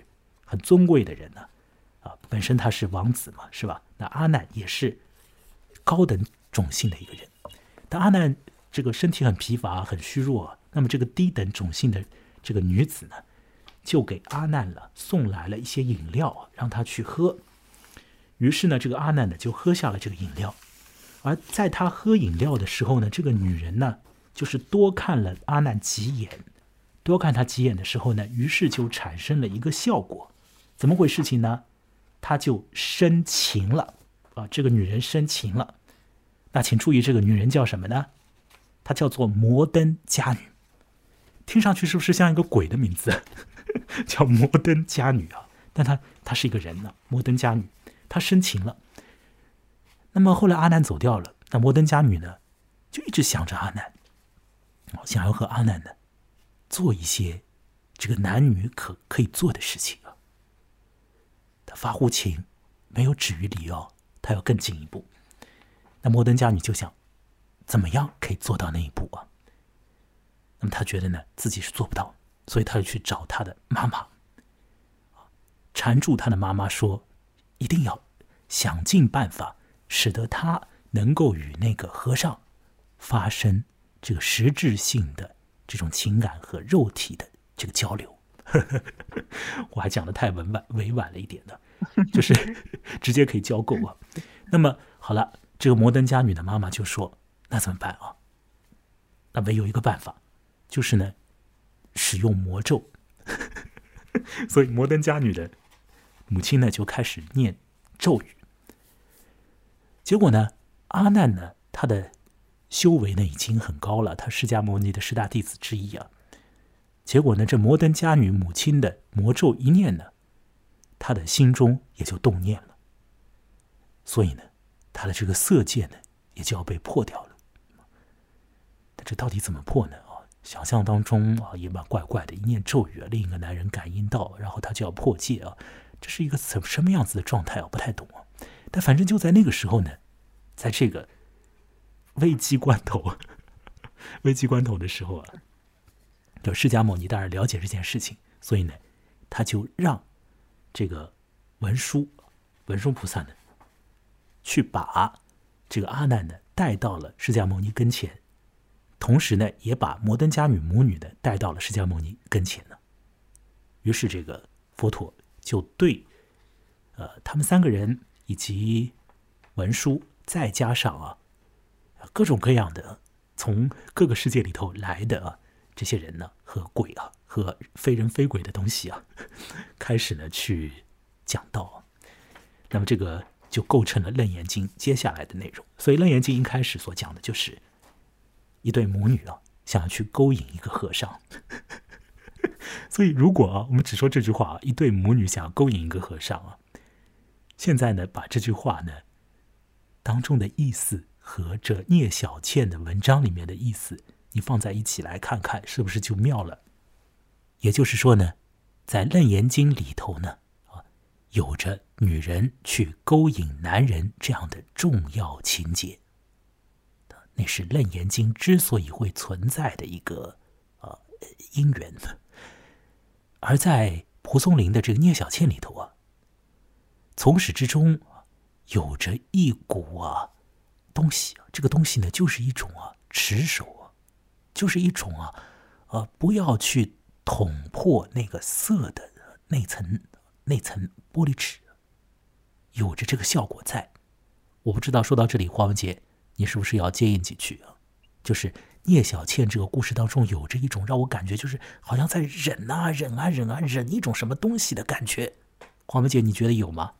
很尊贵的人呢、啊，啊，本身他是王子嘛，是吧？那阿难也是高等种姓的一个人，但阿难这个身体很疲乏，很虚弱，那么这个低等种姓的这个女子呢，就给阿难了送来了一些饮料，让他去喝。于是呢，这个阿难呢就喝下了这个饮料，而在他喝饮料的时候呢，这个女人呢就是多看了阿难几眼，多看他几眼的时候呢，于是就产生了一个效果。怎么回事情呢？她就生情了啊！这个女人生情了。那请注意，这个女人叫什么呢？她叫做摩登伽女。听上去是不是像一个鬼的名字？叫摩登伽女啊？但她她是一个人呢、啊，摩登伽女。她生情了。那么后来阿难走掉了，那摩登伽女呢，就一直想着阿难，想要和阿难呢做一些这个男女可可以做的事情啊。他发乎情，没有止于礼哦，他要更进一步。那摩登伽女就想，怎么样可以做到那一步啊？那么他觉得呢自己是做不到，所以他就去找他的妈妈，缠住他的妈妈说，一定要想尽办法，使得他能够与那个和尚发生这个实质性的这种情感和肉体的这个交流。我还讲得太委婉委婉了一点的，就是直接可以交够啊。那么好了，这个摩登伽女的妈妈就说，那怎么办啊？那唯有一个办法，就是呢使用魔咒。所以摩登伽女的母亲呢就开始念咒语。结果呢，阿难呢他的修为呢已经很高了，他释迦牟尼的十大弟子之一啊。结果呢，这摩登伽女母亲的魔咒一念呢，他的心中也就动念了，所以呢，他的这个色戒呢也就要被破掉了。但这到底怎么破呢？啊，想象当中啊也蛮怪怪的，一念咒语啊，另一个男人感应到，然后他就要破戒啊，这是一个什什么样子的状态啊？不太懂啊。但反正就在那个时候呢，在这个危机关头，危机关头的时候啊。就释迦牟尼当然了解这件事情，所以呢，他就让这个文殊文殊菩萨呢，去把这个阿难呢带到了释迦牟尼跟前，同时呢，也把摩登伽女母女呢带到了释迦牟尼跟前呢。于是这个佛陀就对，呃，他们三个人以及文殊，再加上啊各种各样的从各个世界里头来的啊。这些人呢，和鬼啊，和非人非鬼的东西啊，开始呢去讲道啊。那么这个就构成了《楞严经》接下来的内容。所以《楞严经》一开始所讲的就是一对母女啊，想要去勾引一个和尚。所以如果啊，我们只说这句话啊，一对母女想要勾引一个和尚啊，现在呢，把这句话呢当中的意思和这聂小倩的文章里面的意思。你放在一起来看看，是不是就妙了？也就是说呢，在《楞严经》里头呢，啊，有着女人去勾引男人这样的重要情节，那是《楞严经》之所以会存在的一个呃因缘。而在蒲松龄的这个《聂小倩》里头啊，从始至终有着一股啊东西啊，这个东西呢，就是一种啊持守。就是一种啊，呃，不要去捅破那个色的那层那层玻璃纸，有着这个效果在。我不知道说到这里，黄文杰，你是不是要接应几句啊？就是聂小倩这个故事当中，有着一种让我感觉就是好像在忍啊忍啊忍啊忍一种什么东西的感觉。黄文杰，你觉得有吗？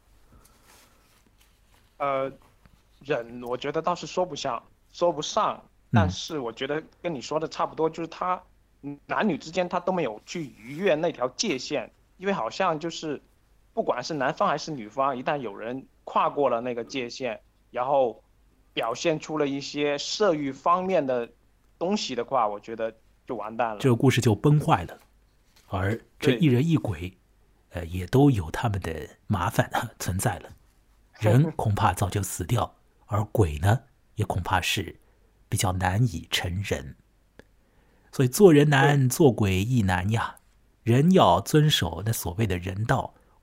呃，忍，我觉得倒是说不上，说不上。但是我觉得跟你说的差不多，就是他男女之间他都没有去逾越那条界限，因为好像就是不管是男方还是女方，一旦有人跨过了那个界限，然后表现出了一些色欲方面的东西的话，我觉得就完蛋了， 这个故事就崩坏了。而这一人一鬼，呃，也都有他们的麻烦啊存在了。人恐怕早就死掉，而鬼呢，也恐怕是。比较难以成人，所以做人难，做鬼亦难呀。人要遵守那所谓的人道，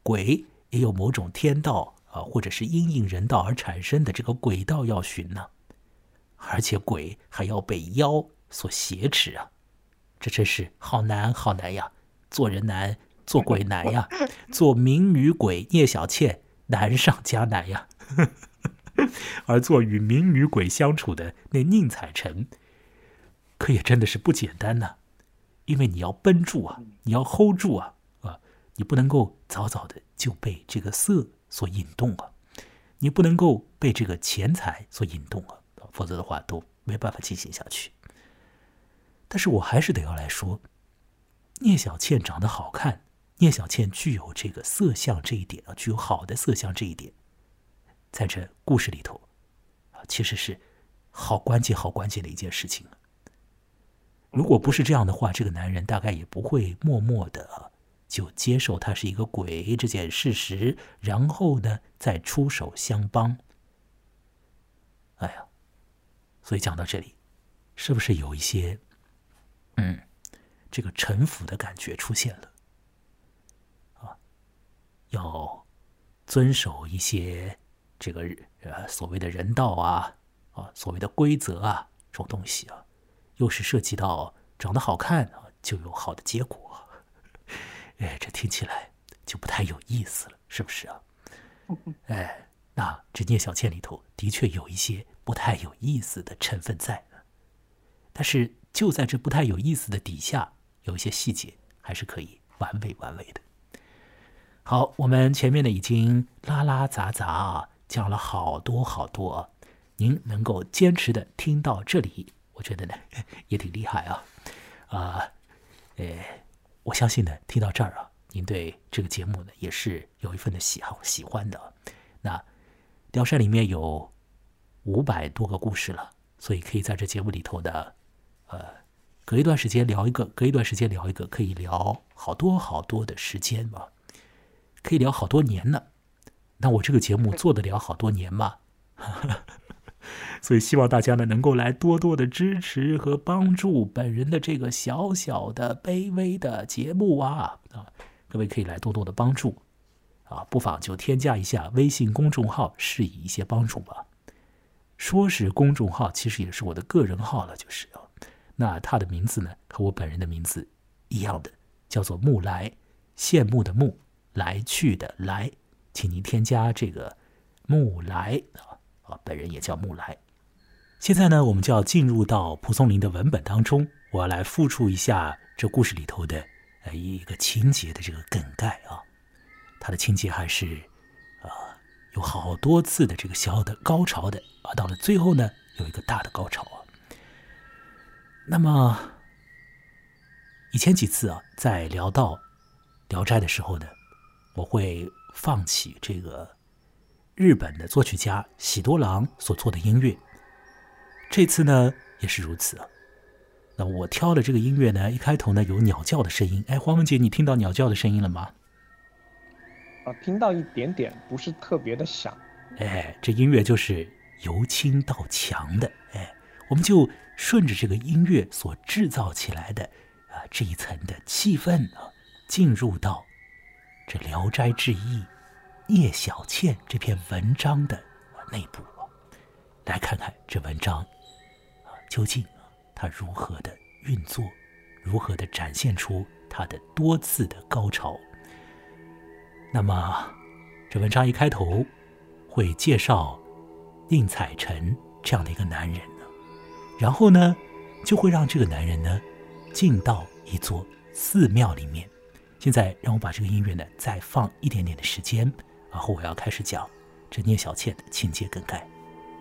鬼也有某种天道啊，或者是因应人道而产生的这个鬼道要寻呢，而且鬼还要被妖所挟持啊，这真是好难好难呀！做人难，做鬼难呀，做民女鬼聂小倩难上加难呀。而做与民女鬼相处的那宁采臣，可也真的是不简单呐、啊，因为你要绷住啊，你要 hold 住啊，啊，你不能够早早的就被这个色所引动啊，你不能够被这个钱财所引动啊，否则的话都没办法进行下去。但是我还是得要来说，聂小倩长得好看，聂小倩具有这个色相这一点啊，具有好的色相这一点，在这故事里头啊，其实是好关键好关键的一件事情。如果不是这样的话，这个男人大概也不会默默的就接受他是一个鬼这件事实，然后呢再出手相帮。哎呀，所以讲到这里，是不是有一些嗯这个臣服的感觉出现了啊？要遵守一些这个呃所谓的人道啊啊所谓的规则啊这种东西啊，又是涉及到长得好看啊就有好的结果，哎，这听起来就不太有意思了，是不是啊？哎，那这聂小倩里头的确有一些不太有意思的成分在，但是就在这不太有意思的底下，有一些细节还是可以玩味玩味的。好，我们前面呢已经拉拉杂杂啊讲了好多好多啊，您能够坚持的听到这里，我觉得呢也挺厉害啊啊，呃，我相信呢听到这儿啊，您对这个节目呢也是有一份的喜好喜欢的。那聊斋里面有五百多个故事了，所以可以在这节目里头的呃隔一段时间聊一个，隔一段时间聊一个，可以聊好多好多的时间嘛，可以聊好多年呢。那我这个节目做得了好多年嘛，所以希望大家呢能够来多多的支持和帮助本人的这个小小的卑微的节目啊啊！各位可以来多多的帮助啊，不妨就添加一下微信公众号，施以一些帮助吧。说是公众号，其实也是我的个人号了，就是啊。那他的名字呢和我本人的名字一样的，叫做木来，羡慕的慕，来去的来，请您添加这个木来啊啊，本人也叫木来。现在呢，我们就要进入到蒲松龄的文本当中，我要来复述一下这故事里头的呃一个情节的这个梗概啊。它的情节还是啊、呃、有好多次的这个小的高潮的啊，到了最后呢有一个大的高潮啊。那么以前几次啊，在聊到《聊斋》的时候呢，我会放起这个日本的作曲家喜多郎所做的音乐。这次呢也是如此啊。那我挑的这个音乐呢，一开头呢有鸟叫的声音。哎，黄文杰，你听到鸟叫的声音了吗？ 啊，听到一点点，不是特别的响。 哎，这音乐就是由轻到强的。哎，我们就顺着这个音乐所制造起来的啊这一层的气氛啊，进入到这《聊斋志异》聂小倩这篇文章的内部啊，来看看这文章啊究竟啊它如何的运作，如何的展现出它的多次的高潮。那么这文章一开头会介绍宁采臣这样的一个男人呢，然后呢就会让这个男人呢进到一座寺庙里面。现在让我把这个音乐呢再放一点点的时间，然后我要开始讲这聂小倩的情节梗概。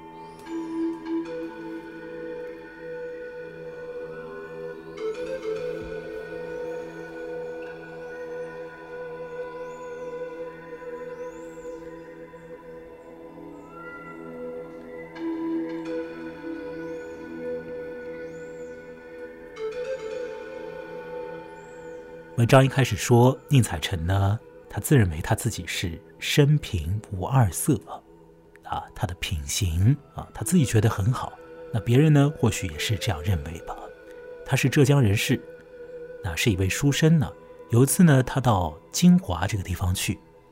文章一开始说，宁采臣呢，他自认为他自己是生平无二色啊，他的品行啊，他自己觉得很好。那别人呢，或许也是这样认为吧。他是浙江人士，那是一位书生呢。有一次呢，他到金华这个地方去，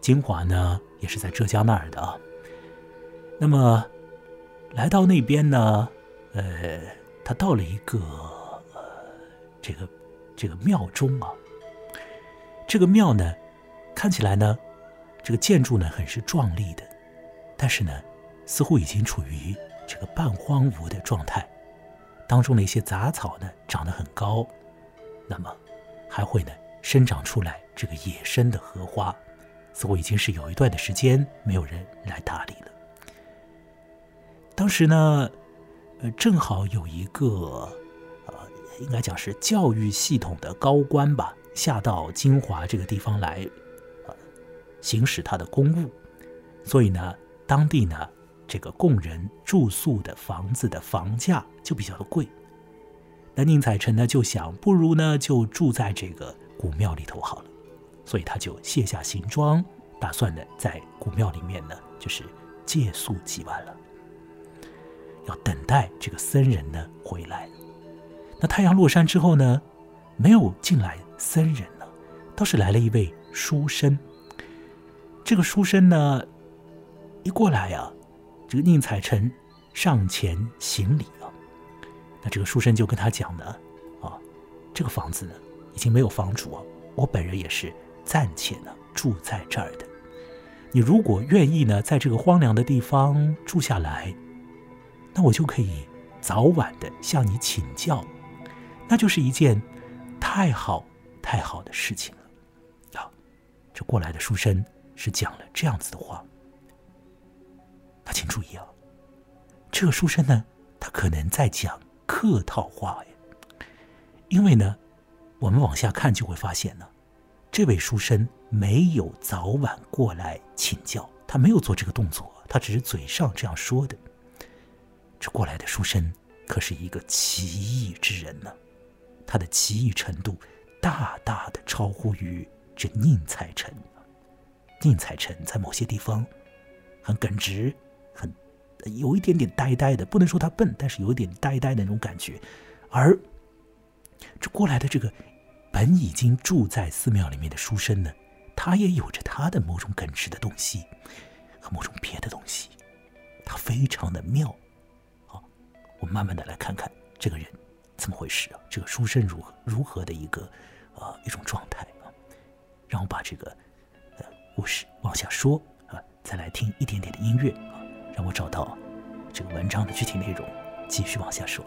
金华呢也是在浙江那儿的啊。那么来到那边呢，呃，他到了一个呃这个这个庙中啊。这个庙呢，看起来呢，这个建筑呢很是壮丽的，但是呢，似乎已经处于这个半荒芜的状态。当中的一些杂草呢长得很高，那么还会呢生长出来这个野生的荷花，似乎已经是有一段的时间没有人来打理了。当时呢，呃，正好有一个呃，应该讲是教育系统的高官吧，下到金华这个地方来，呃，行使他的公务，所以呢，当地呢。这个供人住宿的房子的房价就比较的贵，那宁采臣呢就想，不如呢就住在这个古庙里头好了，所以他就卸下行装，打算呢在古庙里面呢就是借宿几晚了，要等待这个僧人呢回来。那太阳落山之后呢，没有进来僧人呢，倒是来了一位书生。这个书生呢一过来啊，这个宁采臣上前行礼啊，那这个书生就跟他讲呢，啊，这个房子呢已经没有房主啊，我本人也是暂且呢住在这儿的。你如果愿意呢，在这个荒凉的地方住下来，那我就可以早晚的向你请教，那就是一件太好太好的事情了啊！这过来的书生是讲了这样子的话。那请注意啊，这个书生呢，他可能在讲客套话哎，因为呢，我们往下看就会发现呢，这位书生没有早晚过来请教，他没有做这个动作，他只是嘴上这样说的。这过来的书生可是一个奇异之人呢，他的奇异程度大大的超乎于这宁采臣。宁采臣在某些地方很耿直，很有一点点呆呆的，不能说他笨，但是有一点呆呆的那种感觉。而这过来的这个本已经住在寺庙里面的书生呢，他也有着他的某种耿直的东西和某种别的东西，他非常的妙啊！我们慢慢的来看看这个人怎么回事啊？这个书生如何如何的一个啊、呃、一种状态啊？让我把这个呃故事往下说啊，再来听一点点的音乐啊，让我找到这个文章的具体内容，继续往下说。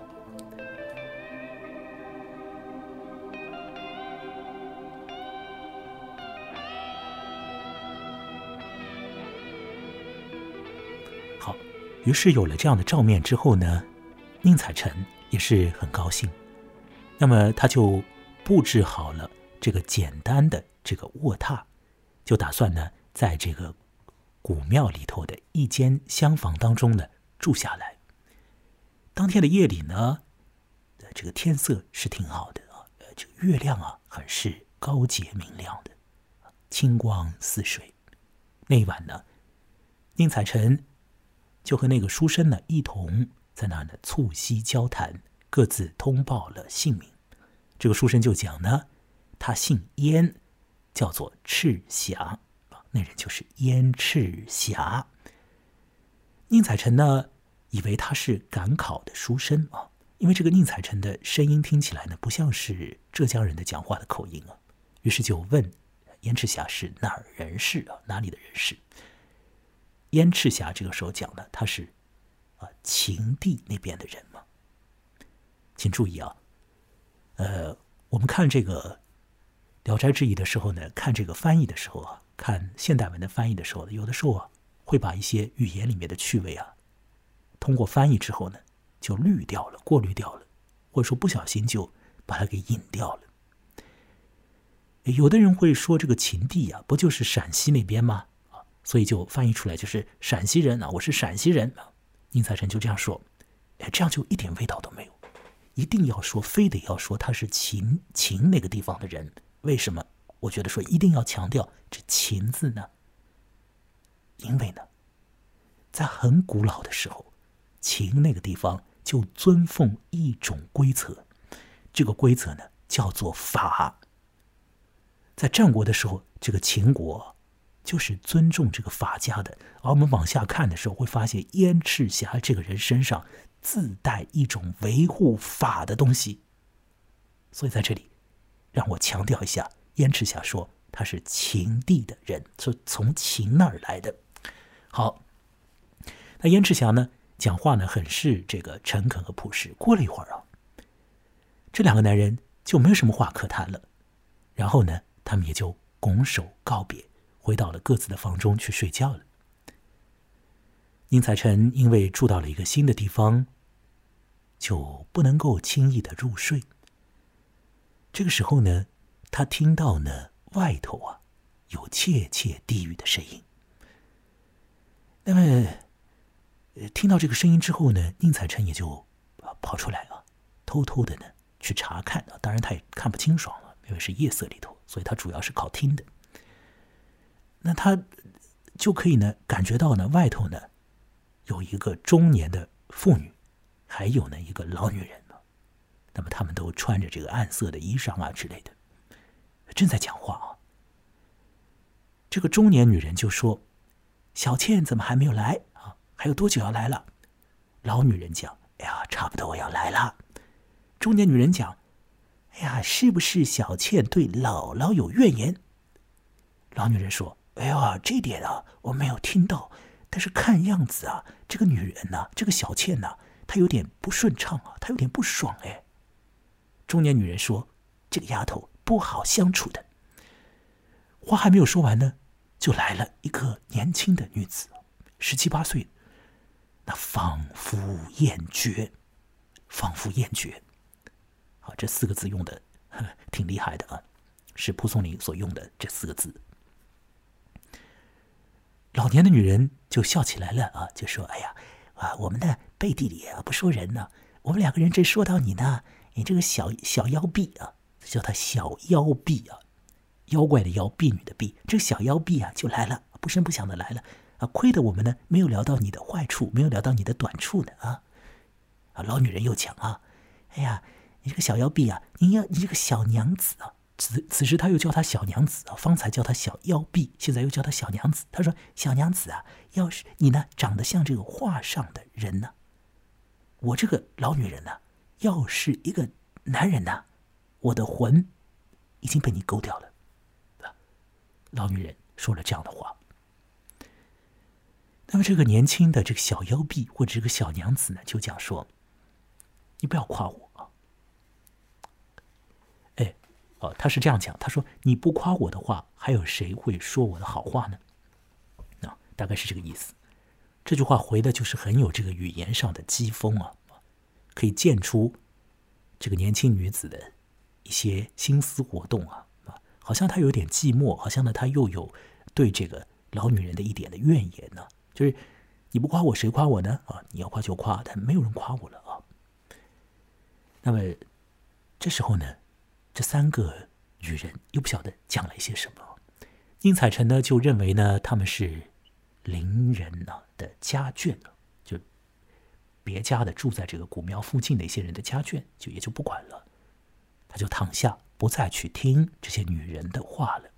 好，于是有了这样的照面之后呢，宁采臣也是很高兴，那么他就布置好了这个简单的这个卧榻，就打算呢在这个古庙里头的一间厢房当中呢住下来。当天的夜里呢，这个天色是挺好的啊，这个月亮啊很是高洁明亮的，清光似水。那一晚呢，宁采臣就和那个书生呢一同在那儿呢促膝交谈，各自通报了姓名。这个书生就讲呢，他姓燕，叫做赤霞，那人就是燕赤霞。宁采臣呢以为他是赶考的书生啊，因为这个宁采臣的声音听起来呢不像是浙江人的讲话的口音啊，于是就问燕赤霞是哪儿人士啊，哪里的人士。燕赤霞这个时候讲呢，他是啊秦地那边的人嘛。请注意啊，呃，我们看这个《聊斋志异》的时候呢，看这个翻译的时候啊，看现代文的翻译的时候呢，有的时候啊会把一些语言里面的趣味啊，通过翻译之后呢就滤掉了，过滤掉了，或者说不小心就把它给隐掉了。有的人会说这个秦地啊，不就是陕西那边吗？啊，所以就翻译出来就是陕西人啊，我是陕西人啊。宁采臣就这样说，哎，这样就一点味道都没有。一定要说，非得要说他是秦秦那个地方的人，为什么？我觉得说一定要强调这秦字呢？因为呢，在很古老的时候，秦那个地方就尊奉一种规则，这个规则呢叫做法。在战国的时候，这个秦国就是尊重这个法家的。而我们往下看的时候，会发现燕赤霞这个人身上自带一种维护法的东西。所以在这里，让我强调一下，燕赤霞说他是秦地的人，是从秦那儿来的。好，那燕赤霞呢，讲话呢很是这个诚恳和朴实。过了一会儿啊，这两个男人就没有什么话可谈了，然后呢，他们也就拱手告别，回到了各自的房中去睡觉了。宁采臣因为住到了一个新的地方，就不能够轻易的入睡。这个时候呢，他听到呢外头啊有窃窃低语的声音。那么，呃，听到这个声音之后呢，宁采臣也就跑出来啊，偷偷的呢去查看啊。当然他也看不清爽了，因为是夜色里头，所以他主要是靠听的。那他就可以呢感觉到呢外头呢有一个中年的妇女，还有呢一个老女人呢。那么他们都穿着这个暗色的衣裳啊之类的，正在讲话啊。这个中年女人就说：“小倩怎么还没有来啊？还有多久要来了？”老女人讲：“哎呀，差不多要来了。”中年女人讲：“哎呀，是不是小倩对姥姥有怨言？”老女人说：“哎呀，这点啊我没有听到，但是看样子啊，这个女人呢、啊，这个小倩呢、啊，她有点不顺畅啊，她有点不爽哎。”中年女人说：“这个丫头不好相处的。”话还没有说完呢，就来了一个年轻的女子，十七八岁，那仿佛厌绝，仿佛厌绝。好，这四个字用的挺厉害的啊，是蒲松龄所用的这四个字。老年的女人就笑起来了啊，就说：“哎呀，啊，我们的背地里啊不说人呢，我们两个人正说到你呢，你这个小小妖婢啊，叫她小妖婢啊，妖怪的妖，婢女的婢，这个小妖婢啊就来了，不声不响的来了啊，亏得我们呢没有聊到你的坏处，没有聊到你的短处呢啊。”啊，老女人又讲啊：“哎呀，你这个小妖婢啊，你要你这个小娘子啊。”此此时他又叫她小娘子啊，方才叫她小妖婢，现在又叫她小娘子。他说：“小娘子啊，要是你呢长得像这个画上的人呢，我这个老女人呢，要是一个男人呢，我的魂已经被你勾掉了。”老女人说了这样的话。那么这个年轻的这个小妖婢或者这个小娘子呢，就讲说：“你不要夸我啊。”哎。哦，他是这样讲，他说：“你不夸我的话，还有谁会说我的好话呢？”啊，大概是这个意思。这句话回的就是很有这个语言上的机锋啊，可以见出这个年轻女子的一些心思活动啊，啊，好像她有点寂寞，好像呢她又有对这个老女人的一点的怨言呢，就是你不夸我，谁夸我呢？啊，你要夸就夸，但没有人夸我了啊。那么这时候呢，这三个女人又不晓得讲了一些什么。宁采臣呢就认为呢他们是邻人呢的家眷，就别家的住在这个古庙附近的一些人的家眷，就也就不管了。他就躺下，不再去听这些女人的话了。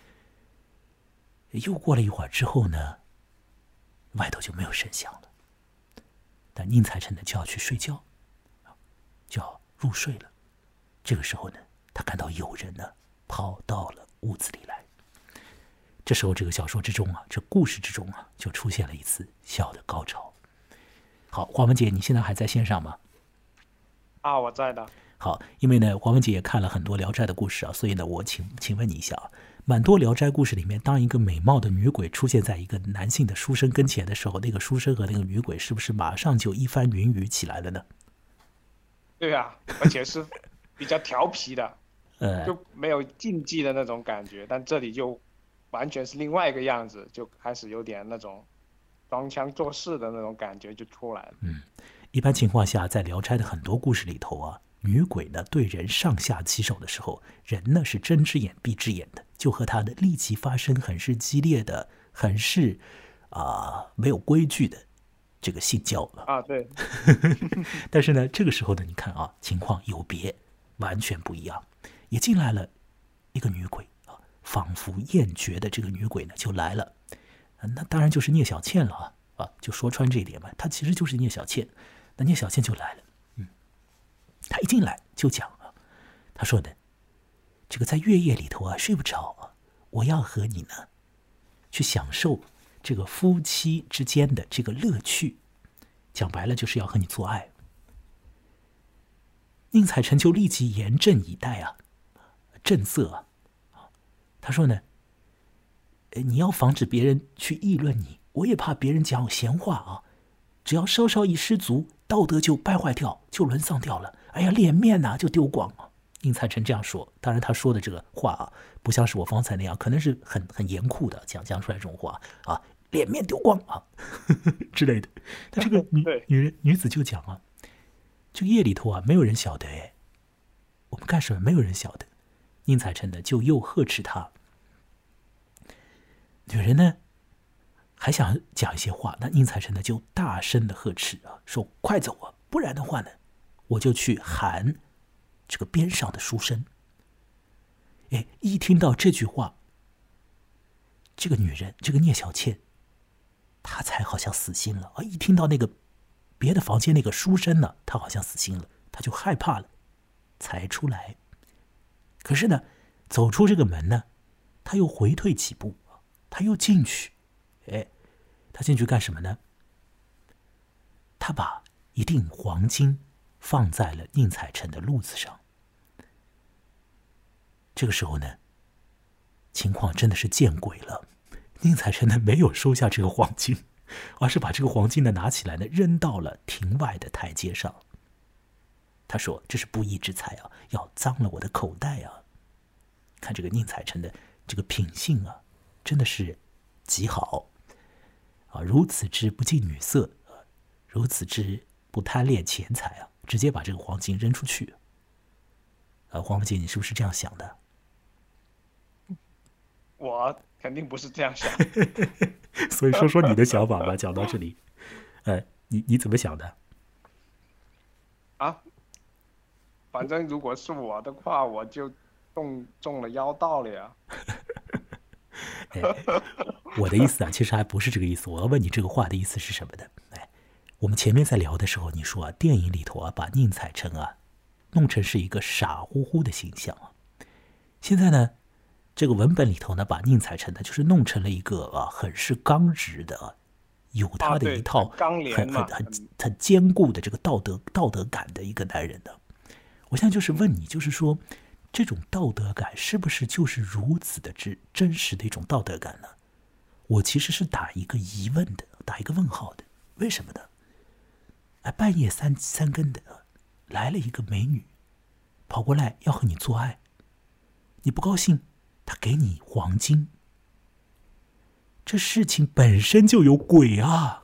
又过了一会儿之后呢，外头就没有声响了。但宁采臣呢就要去睡觉，就要入睡了。这个时候呢，他看到有人呢跑到了屋子里来。这时候这个小说之中啊，这故事之中啊，就出现了一次小的高潮。好，华文姐，你现在还在线上吗？ 啊，我在的。 好，因为呢，华文姐也看了很多《聊斋》的故事啊，所以呢，我请请问你一下啊，蛮多《聊斋》故事里面，当一个美貌的女鬼出现在一个男性的书生跟前的时候，那个书生和那个女鬼是不是马上就一番云雨起来了呢？ 对啊，而且是比较调皮的， 呃， 就没有禁忌的那种感觉，但这里就完全是另外一个样子，就开始有点那种装腔作势的那种感觉就出来了。 嗯，一般情况下，在《聊斋》的很多故事里头啊，女鬼呢对人上下其手的时候，人呢是睁只眼闭只眼的，就和她的立即发生很是激烈的、很是啊、呃、没有规矩的这个性交了啊。对。 但是呢，这个时候呢，你看啊，情况有别，完全不一样，也进来了一个女鬼啊， 仿佛厌绝的这个女鬼呢就来了，那当然就是聂小倩了啊啊，就说穿这一点嘛，她其实就是聂小倩。那聂小倩就来了，嗯，她一进来就讲啊，她说呢，这个在月夜里头啊睡不着啊，我要和你呢去享受这个夫妻之间的这个乐趣，讲白了就是要和你做爱。宁采臣就立即严阵以待啊，正色啊，他说呢，你要防止别人去议论你，我也怕别人讲闲话啊，只要稍稍一失足，道德就败坏掉，就沦丧掉了，哎呀，脸面呐、啊、就丢光了。宁采臣这样说，当然他说的这个话啊，不像是我方才那样，可能是很很严酷的讲讲出来这种话啊，脸面丢光啊呵呵之类的。但这个女女人女子就讲啊，这个夜里头啊，没有人晓得哎，我们干什么？没有人晓得。宁采臣呢，就又呵斥他。女人呢，还想讲一些话，那宁采臣呢，就大声的呵斥啊，说：“快走啊，不然的话呢，我就去喊这个边上的书生。”哎，一听到这句话，这个女人，这个聂小倩，她才好像死心了啊！一听到那个别的房间那个书生呢，她好像死心了，她就害怕了，才出来。可是呢，走出这个门呢，她又回退几步，她又进去。哎，她进去干什么呢？她把一锭黄金放在了宁采臣的路子上。这个时候呢，情况真的是见鬼了。宁采臣呢，没有收下这个黄金，而是把这个黄金呢拿起来呢，扔到了庭外的台阶上。他说：“这是不义之财啊，要脏了我的口袋啊！”看这个宁采臣的这个品性啊，真的是极好啊，如此之不近女色，如此之不贪恋钱财啊，直接把这个黄金扔出去。啊，黄姐，你是不是这样想的？ 我肯定不是这样想。 所以说说你的想法吧。讲到这里，呃，你你怎么想的？ 啊，反正如果是我的话，我就中中了妖道了呀。 哎，我的意思啊，其实还不是这个意思。我要问你这个话的意思是什么的？哎，我们前面在聊的时候，你说啊，电影里头啊，把宁采臣啊弄成是一个傻乎乎的形象啊。现在呢，这个文本里头呢，把宁采臣呢，就是弄成了一个啊，很是刚直的，有他的一套很、 啊、 很很很很坚固的这个道德道德感的一个男人的。我现在就是问你，就是说，这种道德感是不是就是如此的真真实的一种道德感呢？我其实是打一个疑问的，打一个问号的。为什么呢？哎，半夜三三更的，来了一个美女，跑过来要和你做爱，你不高兴，她给你黄金，这事情本身就有鬼啊！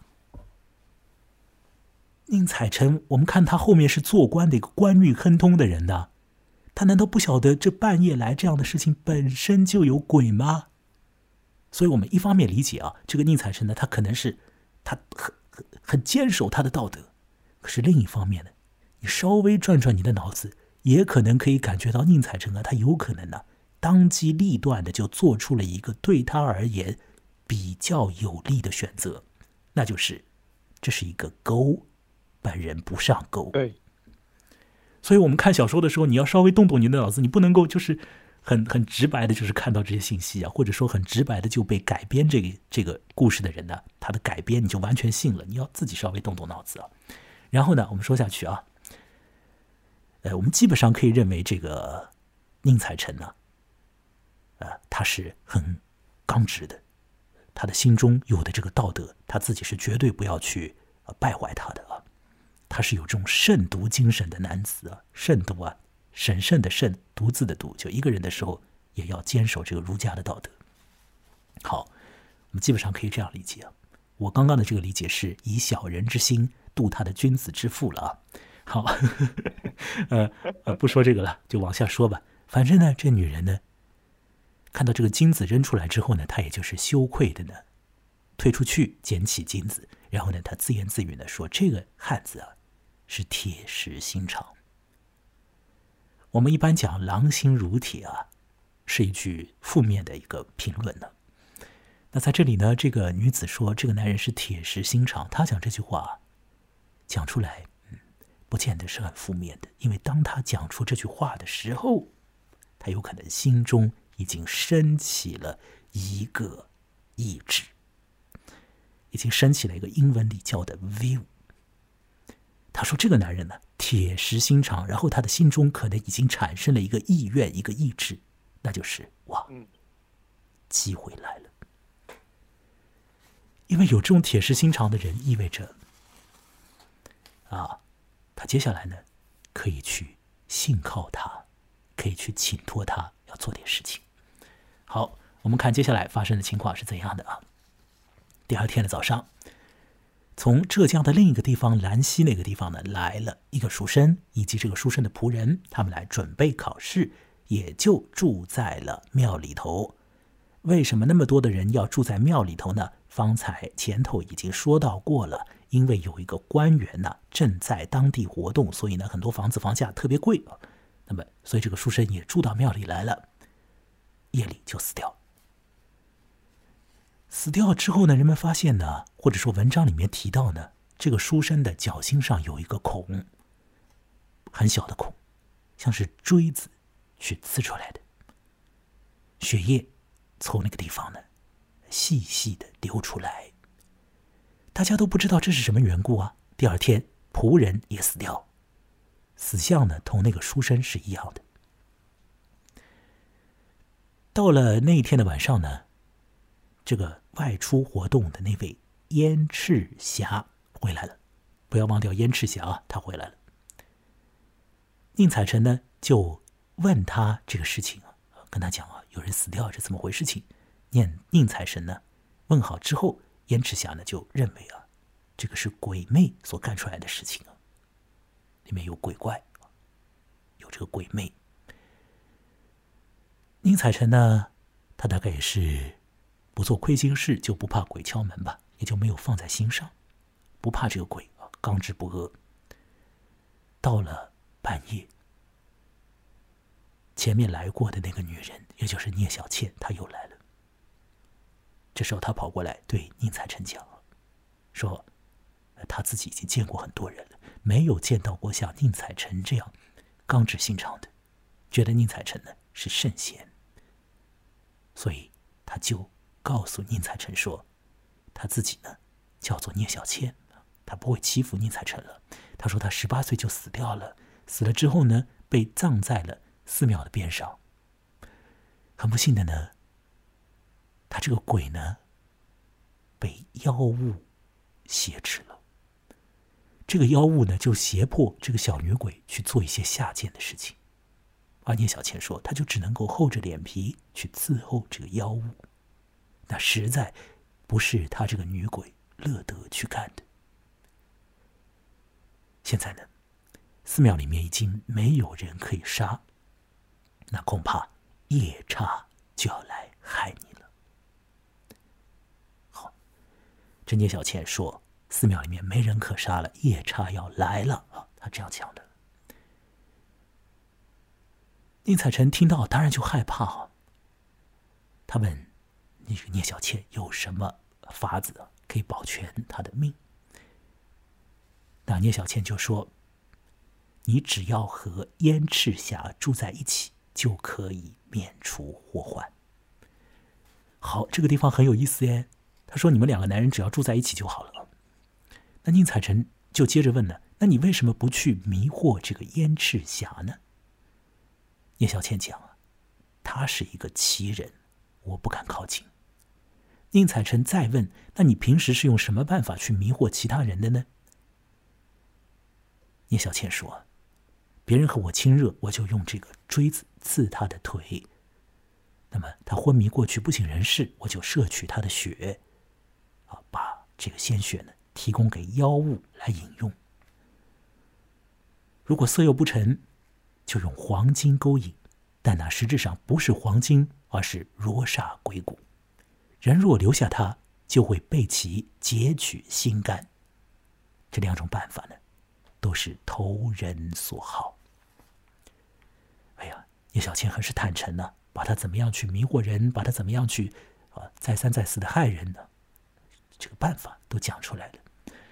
宁采臣，我们看他后面是做官的一个官运亨通的人的，他难道不晓得这半夜来这样的事情本身就有鬼吗？所以我们一方面理解啊，这个宁采臣呢，他可能是他很很很坚守他的道德，可是另一方面呢，你稍微转转你的脑子，也可能可以感觉到宁采臣啊，他有可能呢、啊，当机立断的就做出了一个对他而言比较有利的选择，那就是这是一个钩，本人不上钩。 对， 所以我们看小说的时候，你要稍微动动你的脑子，你不能够就是很很直白的，就是看到这些信息啊，或者说很直白的就被改编这个这个故事的人呢，他的改编你就完全信了，你要自己稍微动动脑子啊。然后呢，我们说下去啊，呃，我们基本上可以认为这个宁采臣呢，呃，他是很刚直的，他的心中有的这个道德，他自己是绝对不要去、呃、败坏他的啊。他是有这种慎独精神的男子啊，慎独啊，审慎的慎，独自的独，就一个人的时候也要坚守这个儒家的道德。好，我们基本上可以这样理解啊。我刚刚的这个理解是以小人之心度他的君子之腹了啊。好，呵呵呃呃，不说这个了，就往下说吧。反正呢，这女人呢，看到这个金子扔出来之后呢，她也就是羞愧的呢，退出去捡起金子，然后呢，她自言自语的说：“这个汉子啊，是铁石心肠。”我们一般讲狼心如铁啊， 是一句负面的一个评论呢。那在这里呢，这个女子说这个男人是铁石心肠，她讲这句话讲出来，嗯，不见得是很负面的，因为当她讲出这句话的时候，她有可能心中已经升起了一个意志，已经升起了一个英文里叫的 view。他说这个男人呢铁石心肠，然后他的心中可能已经产生了一个意愿，一个意志，那就是哇，机会来了。因为有这种铁石心肠的人，意味着啊，他接下来呢可以去信靠他，可以去请托他要做点事情。好，我们看接下来发生的情况是怎样的啊？第二天的早上，从浙江的另一个地方兰溪那个地方呢来了一个书生以及这个书生的仆人，他们来准备考试，也就住在了庙里头。为什么那么多的人要住在庙里头呢？方才前头已经说到过了，因为有一个官员呢正在当地活动，所以呢很多房子房价特别贵啊。那么所以这个书生也住到庙里来了，夜里就死掉。死掉之后呢，人们发现呢，或者说文章里面提到呢，这个书生的脚心上有一个孔，很小的孔，像是锥子去刺出来的，血液从那个地方呢细细的流出来。大家都不知道这是什么缘故啊。第二天仆人也死掉，死相呢同那个书生是一样的。到了那一天的晚上呢，这个外出活动的那位燕赤霞回来了，不要忘掉燕赤霞啊，他回来了。宁采臣呢就问他这个事情啊，跟他讲啊，有人死掉，这怎么回事情？宁宁采臣呢问好之后，燕赤霞呢就认为啊，这个是鬼魅所干出来的事情啊，里面有鬼怪，有这个鬼魅。宁采臣呢，他大概也是不做亏心事，就不怕鬼敲门吧，也就没有放在心上，不怕这个鬼啊，刚直不阿。到了半夜，前面来过的那个女人，也就是聂小倩，她又来了。这时候她跑过来对宁采臣讲，说她自己已经见过很多人了，没有见到过像宁采臣这样刚直心肠的，觉得宁采臣呢是圣贤，所以他就告诉宁采臣说，他自己呢叫做聂小倩，他不会欺负宁采臣了。他说他十八岁就死掉了，死了之后呢被葬在了寺庙的边上。很不幸的呢，他这个鬼呢被妖物挟持了。这个妖物呢就胁迫这个小女鬼去做一些下贱的事情，而聂小倩说她就只能够厚着脸皮去伺候这个妖物，那实在不是她这个女鬼乐得去干的。现在呢，寺庙里面已经没有人可以杀，那恐怕夜叉就要来害你了。好，这聂小倩说寺庙里面没人可杀了，夜叉要来了啊，他这样讲的。宁采臣听到当然就害怕啊，他问那个聂小倩有什么法子啊可以保全他的命。那聂小倩就说，你只要和燕赤霞住在一起就可以免除祸患。好，这个地方很有意思耶，他说你们两个男人只要住在一起就好了。那宁采臣就接着问了，那你为什么不去迷惑这个燕赤霞呢？聂小倩讲啊，他是一个奇人，我不敢靠近。宁采臣再问，那你平时是用什么办法去迷惑其他人的呢？聂小倩说，别人和我亲热，我就用这个锥子刺他的腿，那么他昏迷过去不省人事，我就摄取他的血，啊，把这个鲜血呢提供给妖物来饮用。如果色诱不成，就用黄金勾引，但那实质上不是黄金，而是罗刹鬼骨。人若留下它，就会被其截取心肝。这两种办法呢，都是投人所好。哎呀，聂小倩很是坦诚呢、啊， 把他怎么样去迷惑人，把他怎么样去啊再三再四的害人呢？这个办法都讲出来了。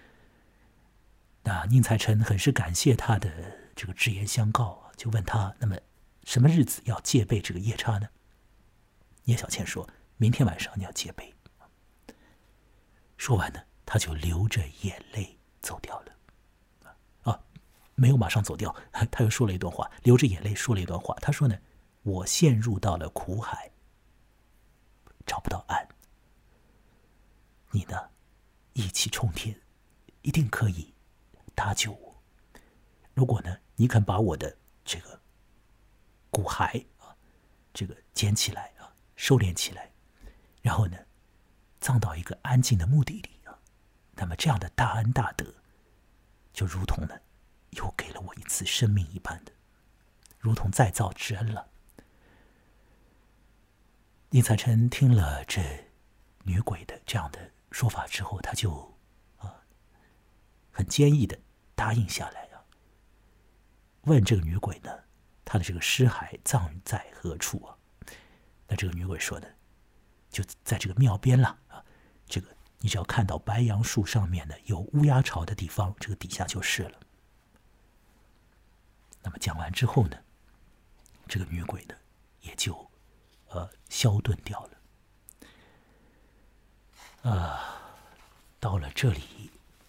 那宁采臣很是感谢他的这个直言相告，就问他，那么什么日子要戒备这个夜叉呢？聂小倩说，明天晚上你要戒备。说完呢，他就流着眼泪走掉了。啊，没有马上走掉，他又说了一段话，流着眼泪说了一段话。他说呢，我陷入到了苦海，找不到岸。你呢，意气冲天，一定可以搭救我。如果呢，你肯把我的这个骨骸啊，这个捡起来啊，收敛起来，然后呢，葬到一个安静的墓地里啊，那么这样的大恩大德，就如同呢，又给了我一次生命一般的，如同再造之恩了。宁采臣听了这女鬼的这样的说法之后，他就啊，很坚毅的答应下来啊，问这个女鬼呢，她的这个尸骸葬在何处啊？那这个女鬼说呢，就在这个庙边了啊，这个你只要看到白杨树上面呢有乌鸦巢的地方，这个底下就是了。那么讲完之后呢，这个女鬼呢也就呃消遁掉了。啊，到了这里，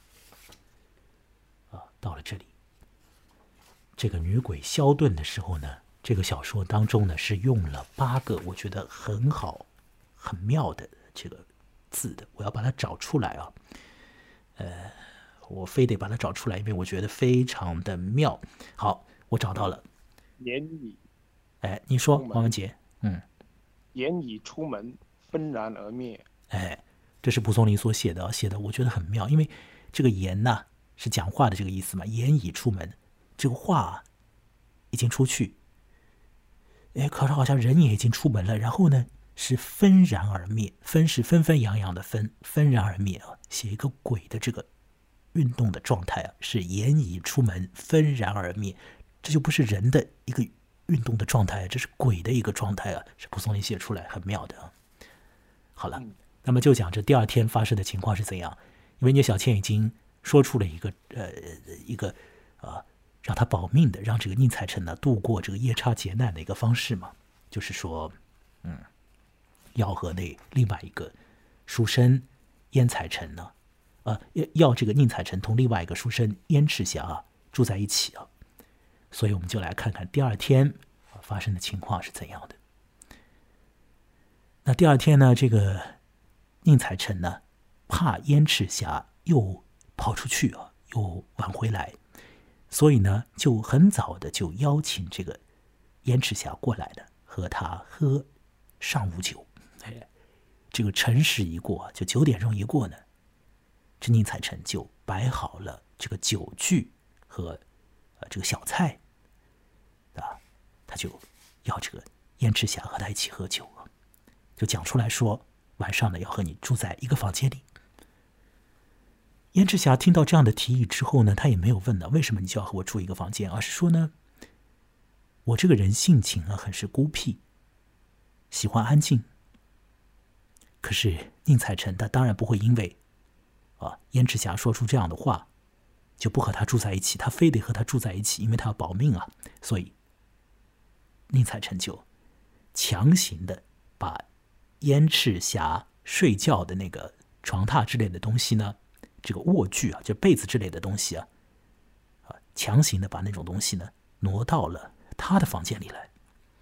啊，到了这里，这个女鬼消遁的时候呢，这个小说当中呢是用了八个我觉得很好、很妙的这个字的，我要把它找出来啊。呃，我非得把它找出来，因为我觉得非常的妙。好，我找到了。 言已， 哎，你说，王文杰，嗯， 言已出门，纷然而灭。 哎。这是蒲松龄所写的，写的我觉得很妙，因为这个言呐、啊、是讲话的这个意思嘛，言已出门，这个话、啊、已经出去，哎，可是好像人也已经出门了，然后呢是纷然而灭，纷是纷纷扬扬的纷，纷然而灭啊，写一个鬼的这个运动的状态啊，是言已出门，纷然而灭，这就不是人的一个运动的状态，这是鬼的一个状态啊，是蒲松龄写出来很妙的啊。好了。嗯，那么就讲这第二天发生的情况是怎样？因为聂小倩已经说出了一个呃一个呃让他保命的，让这个宁采臣呢度过这个夜叉劫难的一个方式嘛，就是说，嗯，要和那另外一个书生燕采臣呢，呃要这个宁采臣同另外一个书生燕赤霞、啊、住在一起啊，所以我们就来看看第二天发生的情况是怎样的。那第二天呢，这个宁采臣呢，怕燕赤霞又跑出去啊，又晚回来，所以呢，就很早的就邀请这个燕赤霞过来呢，和他喝上午酒。哎，这个辰时一过，就九点钟一过呢，这宁采臣就摆好了这个酒具和呃这个小菜啊，他就要这个燕赤霞和他一起喝酒啊，就讲出来说，晚上呢要和你住在一个房间里。燕赤霞听到这样的提议之后呢，他也没有问呢为什么你就要和我住一个房间，而是说呢，我这个人性情啊很是孤僻，喜欢安静。可是宁采臣他当然不会因为啊燕赤霞说出这样的话就不和他住在一起，他非得和他住在一起，因为他要保命啊。所以宁采臣就强行的把燕赤霞睡觉的那个床榻之类的东西呢，这个卧具啊，就被子之类的东西啊，啊，强行的把那种东西呢挪到了他的房间里来。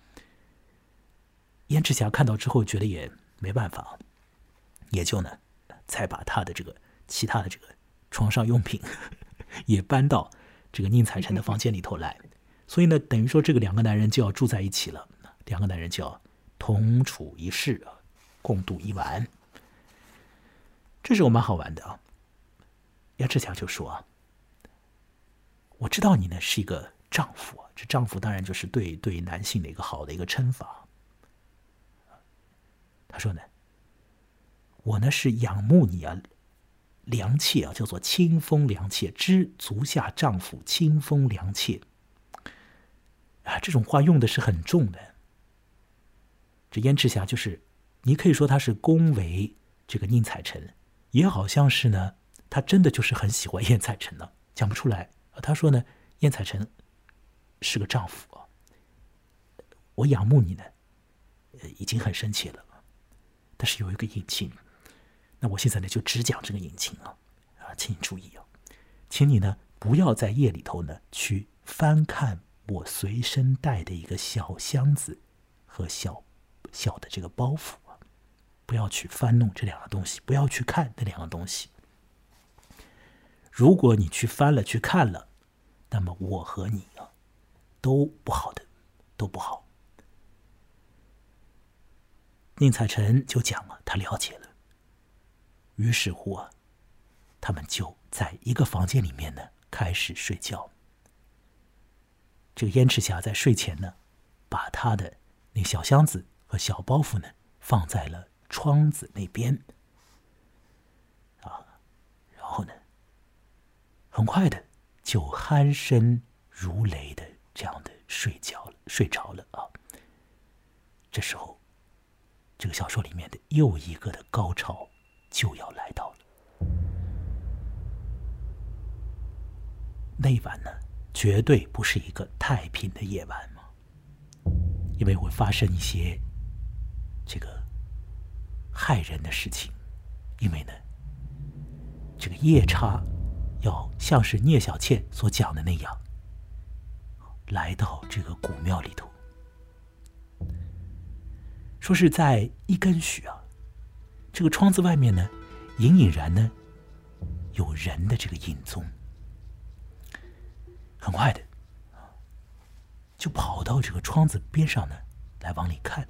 燕赤霞看到之后，觉得也没办法，也就呢，才把他的这个其他的这个床上用品也搬到这个宁采臣的房间里头来。所以呢，等于说这个两个男人就要住在一起了，两个男人就要同处一室啊，共度一晚。这是我蛮好玩的啊。燕赤霞就说啊，我知道你呢是一个丈夫啊，这丈夫当然就是对对男性的一个好的一个称法。他说呢，我呢是仰慕你啊，良妾啊，叫做清风良妾，知足下丈夫清风良妾。啊，这种话用的是很重的。 这燕赤霞就是，你可以说他是恭维这个宁采臣，也好像是呢，他真的就是很喜欢燕采臣呢，讲不出来。他说呢，燕采臣是个丈夫啊，我仰慕你呢，呃，已经很深切了，但是有一个隐情，那我现在呢就只讲这个隐情啊，啊，请你注意啊，请你呢不要在夜里头呢去翻看我随身带的一个小箱子和小小的这个包袱啊，不要去翻弄这两个东西，不要去看那两个东西。如果你去翻了去看了，那么我和你啊都不好的，都不好。宁采臣就讲了，他了解了。于是乎啊，他们就在一个房间里面呢开始睡觉。这个燕赤霞在睡前呢，把他的那小箱子和小包袱呢放在了窗子那边，啊，然后呢，很快的就鼾声如雷的这样的睡觉了，睡着了啊。这时候，这个小说里面的又一个的高潮就要来到了。那晚呢，绝对不是一个太平的夜晚嘛，因为会发生一些这个害人的事情。因为呢，这个夜叉要像是聂小倩所讲的那样，来到这个古庙里头，说是在一更许啊，这个窗子外面呢，隐隐然呢有人的这个影踪。很快的，就跑到这个窗子边上呢，来往里看。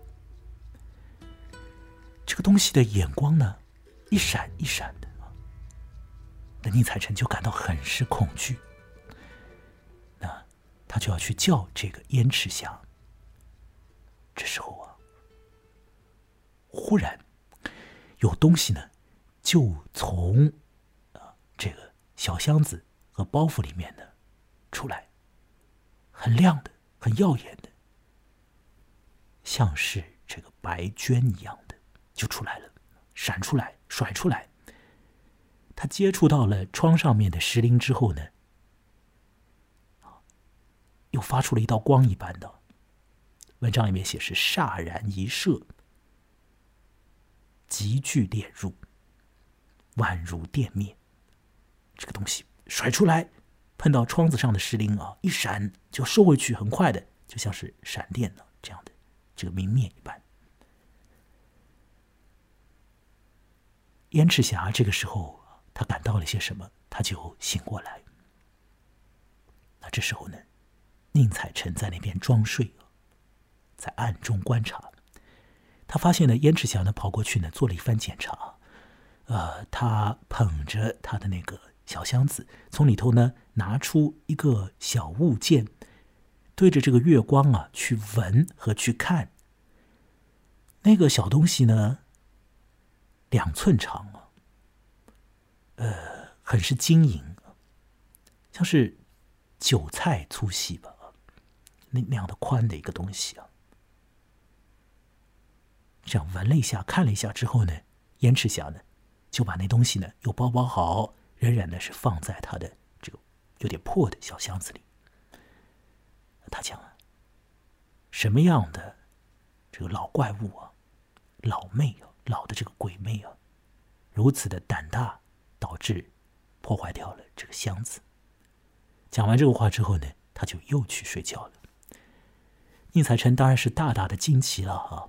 这个东西的眼光呢，一闪一闪的，那宁采臣就感到很是恐惧。那他就要去叫这个燕赤霞。这时候啊，忽然有东西呢，就从啊这个小箱子和包袱里面呢出来，很亮的，很耀眼的，像是这个白绢一样的，就出来了，闪出来，甩出来。他接触到了窗上面的石林之后呢，又发出了一道光一般的。文章里面写是霎然一射，急剧炼入，宛如电灭。这个东西甩出来，碰到窗子上的石林啊，一闪就收回去，很快的，就像是闪电了这样的这个明灭一般。燕赤霞这个时候，他感到了些什么，他就醒过来。那这时候呢，宁采臣在那边装睡，在暗中观察。他发现呢，燕赤霞呢跑过去呢，做了一番检查。呃，他捧着他的那个小箱子，从里头呢拿出一个小物件，对着这个月光啊去闻和去看。那个小东西呢，两寸长啊，呃，很是晶莹，像是韭菜粗细吧，那那样的宽的一个东西啊。这样闻了一下，看了一下之后呢，燕赤霞呢就把那东西呢又包包好，仍然呢是放在他的这个有点破的小箱子里。他讲啊，什么样的这个老怪物啊，老魅啊，老的这个鬼魅啊，如此的胆大，导致破坏掉了这个箱子。讲完这个话之后呢，他就又去睡觉了。宁采臣当然是大大的惊奇了啊。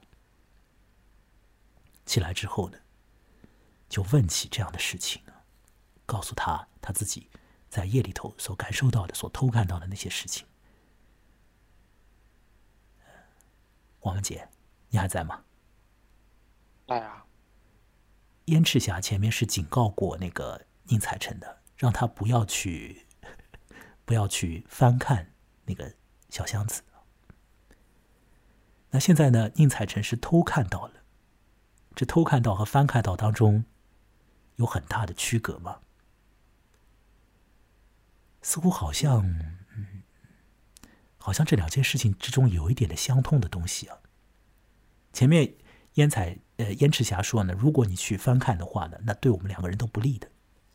起来之后呢，就问起这样的事情呢，告诉他他自己在夜里头所感受到的、所偷看到的那些事情。王文杰，你还在吗？ 在啊。 燕赤霞前面是警告过那个宁采臣的，让他不要去不要去翻看那个小箱子。那现在呢，宁采臣是偷看到了。这偷看到和翻看到当中有很大的区隔吗？似乎好像、嗯、好像这两件事情之中有一点的相通的东西啊。 前面燕彩呃燕赤霞说呢，如果你去翻看的话呢，那对我们两个人都不利的。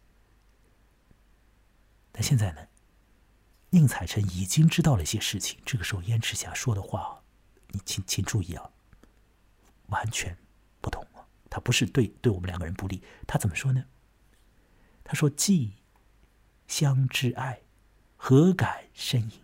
但现在呢，宁采臣已经知道了一些事情，这个时候燕赤霞说的话，你请请注意啊，完全不同啊，他不是对对我们两个人不利，他怎么说呢？他说：“既相知爱，何敢呻吟？”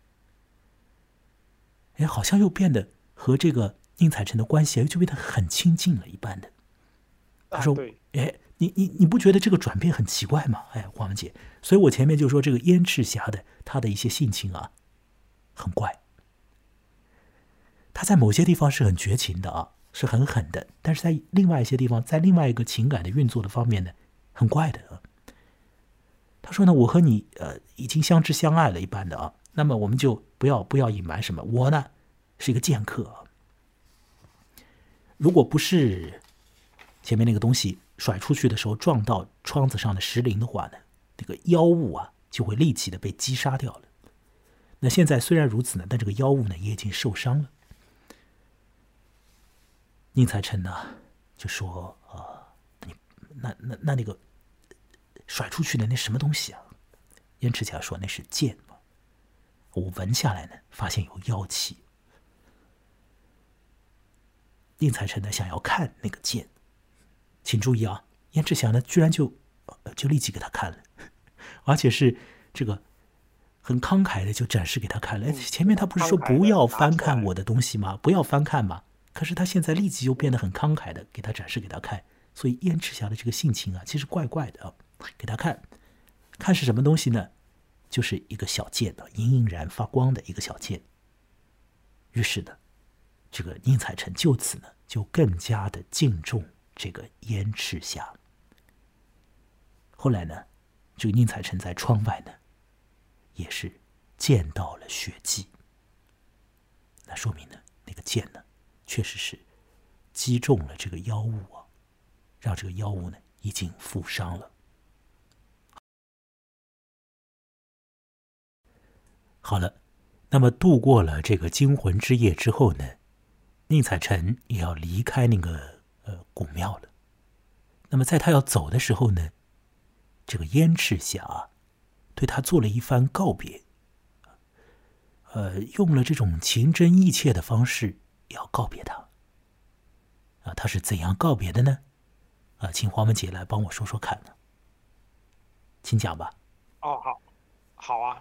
哎，好像又变得和这个宁采臣的关系就变得很亲近了一般的。他说：“哎，你你你不觉得这个转变很奇怪吗？”哎，黄文姐，所以我前面就说这个燕赤霞的他的一些性情啊，很怪。他在某些地方是很绝情的啊，是很狠的，但是在另外一些地方，在另外一个情感的运作的方面呢，很怪的啊。他说呢，我和你呃已经相知相爱了一般的啊，那么我们就不要不要隐瞒什么。我呢是一个剑客啊，如果不是前面那个东西甩出去的时候撞到窗子上的石林的话呢，那个妖物啊就会立即的被击杀掉了。那现在虽然如此呢，但这个妖物呢也已经受伤了。宁采臣呢就说啊、呃，你那那那那个甩出去的那什么东西啊？燕赤霞说那是剑嘛，我闻下来呢，发现有妖气。宁采臣呢想要看那个剑，请注意啊，燕赤霞呢居然就就立即给他看了，而且是这个很慷慨的就展示给他看了。前面他不是说不要翻看我的东西吗？不要翻看吗？可是他现在立即就变得很慷慨的给他展示给他看，所以燕赤霞的这个性情啊，其实怪怪的啊。给他看，看是什么东西呢？就是一个小剑的，隐隐然发光的一个小剑。于是呢，这个宁采臣就此呢，就更加的敬重这个燕赤霞。后来呢，这个宁采臣在窗外呢，也是见到了血迹。那说明呢，那个剑呢，确实是击中了这个妖物啊，让这个妖物呢已经负伤了。好了，那么度过了这个惊魂之夜之后呢，宁采臣也要离开那个呃古庙了。那么在他要走的时候呢，这个燕赤霞对他做了一番告别，呃，用了这种情真意切的方式要告别他。啊，他是怎样告别的呢？啊，请黄文姐来帮我说说看呢，请讲吧。 哦，好，好啊。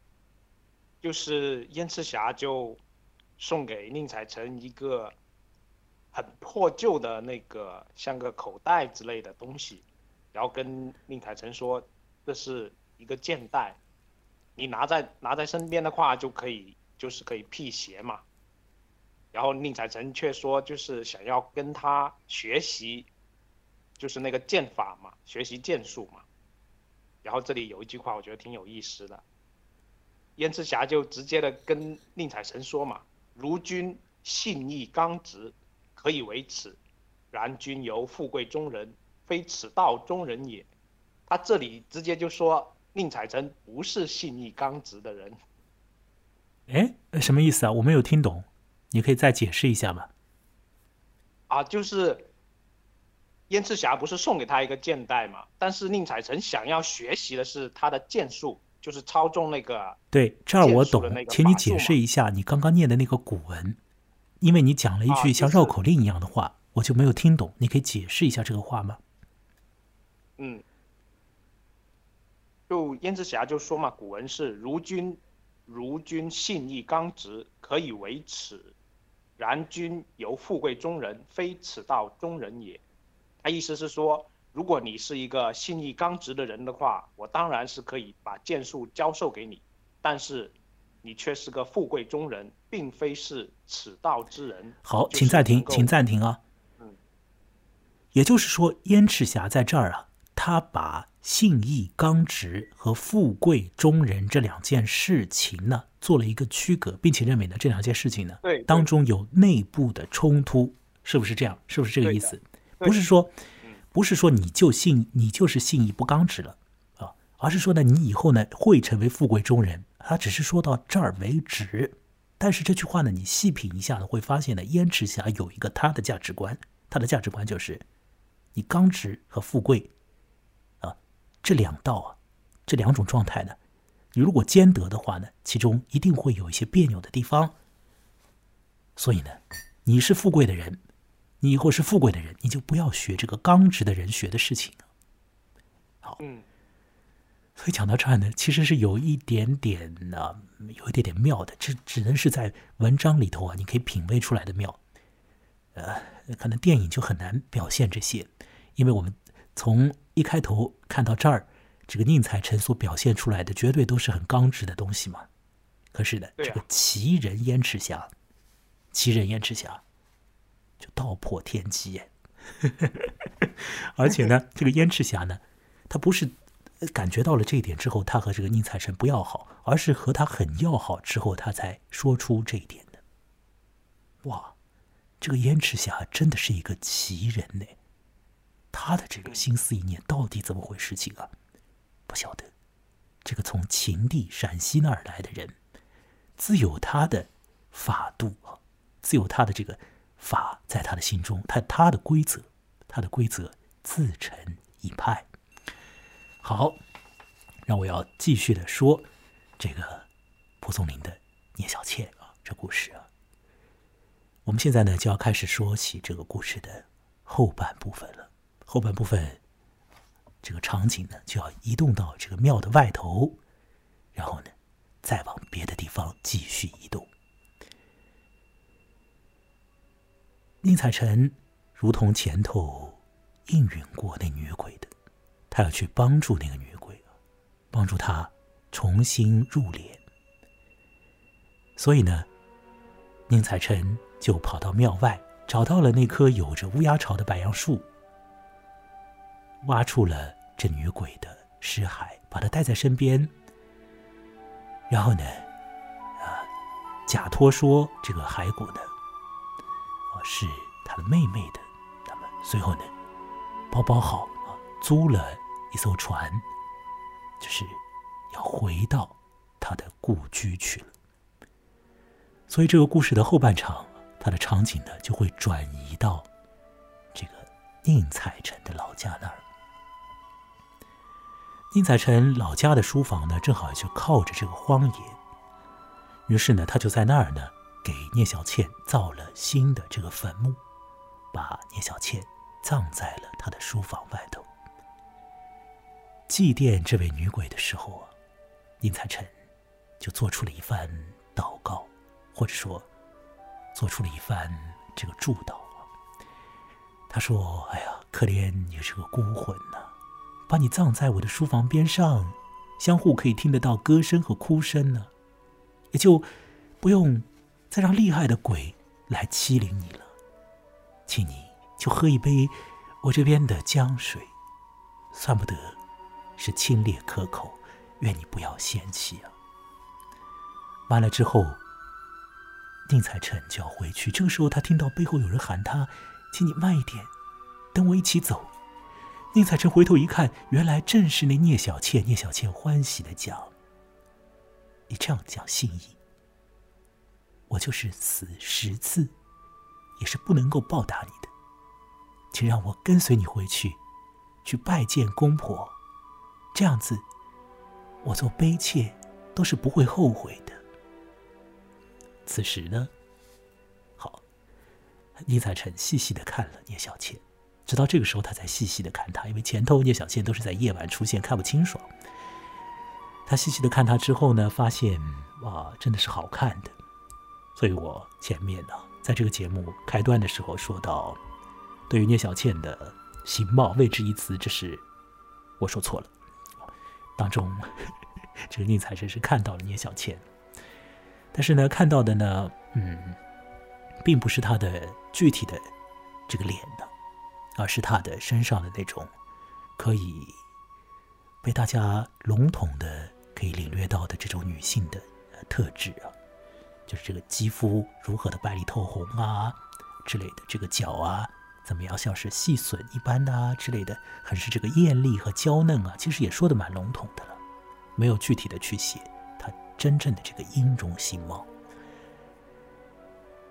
就是燕赤霞就送给宁采臣一个很破旧的那个像个口袋之类的东西，然后跟宁采臣说这是一个剑袋，你拿在拿在身边的话就可以就是可以辟邪嘛。然后宁采臣却说就是想要跟他学习，就是那个剑法嘛，学习剑术嘛。然后这里有一句话我觉得挺有意思的。燕赤霞就直接的跟宁采臣说嘛，如君信义刚直，可以为耻，然君犹富贵中人，非此道中人也。他这里直接就说宁采臣不是信义刚直的人。 哎，什么意思啊？我没有听懂，你可以再解释一下吗？ 啊，就是燕赤霞不是送给他一个剑袋嘛，但是宁采臣想要学习的是他的剑术，就是操纵那个。 对，这儿我懂，请你解释一下你刚刚念的那个古文，因为你讲了一句像绕口令一样的话，啊就是、我就没有听懂，你可以解释一下这个话吗？ 嗯，就燕赤霞就说嘛，古文是如君如君信义刚直，可以为耻，然君犹富贵中人，非此道中人也。他意思是说，如果你是一个信义刚直的人的话，我当然是可以把剑术教授给你，但是你却是个富贵中人，并非是此道之人。 好，请暂停，请暂停啊。 嗯， 也就是说，燕赤霞在这儿啊，他把信义刚直和富贵中人这两件事情呢，做了一个区隔，并且认为呢，这两件事情呢， 对， 当中有内部的冲突，是不是这样？是不是这个意思？不是说。不是说你就信你就是信义不刚直了啊，而是说呢，你以后呢会成为富贵中人。他只是说到这儿为止， 但是这句话呢，你细品一下呢，会发现呢，燕赤霞有一个他的价值观，他的价值观就是你刚直和富贵啊这两道啊这两种状态呢，你如果兼得的话呢，其中一定会有一些别扭的地方。所以呢，你是富贵的人，你以后是富贵的人，你就不要学这个刚直的人学的事情。好， 嗯， 所以讲到这儿呢，其实是有一点点呢、啊，有一点点妙的，这只能是在文章里头啊，你可以品味出来的妙。呃，可能电影就很难表现这些，因为我们从一开头看到这儿，这个宁采臣所表现出来的绝对都是很刚直的东西嘛。可是呢， 对啊、 这个奇人燕赤霞，奇人燕赤霞就道破天机耶。而且呢，这个燕赤霞呢，他不是感觉到了这一点之后，他和这个宁采臣不要好，而是和他很要好之后，他才说出这一点的。哇，这个燕赤霞真的是一个奇人呢，他的这个心思意念到底怎么回事情啊？不晓得。这个从秦地陕西那儿来的人，自有他的法度啊，自有他的这个法在他的心中，他他的规则，他的规则自成一派。好，让我要继续的说这个蒲松龄的聂小倩啊，这故事啊。我们现在呢就要开始说起这个故事的后半部分了。后半部分这个场景呢就要移动到这个庙的外头，然后呢再往别的地方继续移动。宁采臣如同前头应允过那女鬼的，他要去帮助那个女鬼，帮助她重新入殓。所以呢，宁采臣就跑到庙外，找到了那棵有着乌鸦巢的柏杨树，挖出了这女鬼的尸骸，把她带在身边，然后呢，啊，假托说这个骸骨呢，啊是他的妹妹的。那么随后呢，包包好啊，租了一艘船，就是要回到他的故居去了。所以这个故事的后半场，它的场景呢就会转移到这个宁采臣的老家那儿。宁采臣老家的书房呢，正好就靠着这个荒野，于是呢，他就在那儿呢，给聂小倩造了新的这个坟墓，把聂小倩葬在了他的书房外头。祭奠这位女鬼的时候啊，宁采臣就做出了一番祷告，或者说做出了一番这个祝祷啊。他说：“哎呀，可怜你这个孤魂呐、啊，把你葬在我的书房边上，相互可以听得到歌声和哭声呢、啊，也就不用再让厉害的鬼来欺凌你了。请你就喝一杯我这边的江水，算不得是清冽可口，愿你不要嫌弃啊。”完了之后，宁采臣就要回去。这个时候他听到背后有人喊他：“请你慢一点，等我一起走。”宁采臣回头一看，原来正是那聂小倩。聂小倩欢喜地讲：“你这样讲信义，我就是死十次也是不能够报答你的，请让我跟随你回去，去拜见公婆，这样子我做悲妾都是不会后悔的。”此时呢，好，宁采臣细细地看了聂小倩，直到这个时候他才细细地看她，因为前头聂小倩都是在夜晚出现，看不清爽。他细细地看她之后呢，发现哇，真的是好看的。所以我前面呢，在这个节目开端的时候说到，对于聂小倩的形貌谓之一词，这是我说错了。当中，这个宁采臣是看到了聂小倩。但是呢，看到的呢，嗯，并不是他的具体的这个脸的，而是他的身上的那种可以被大家笼统的可以领略到的这种女性的特质啊，就是这个肌肤如何的白里透红啊之类的，这个脚啊怎么样像是细笋一般啊之类的，很是这个艳丽和娇嫩啊，其实也说的蛮笼统的了，没有具体的去写真正的这个音容形貌。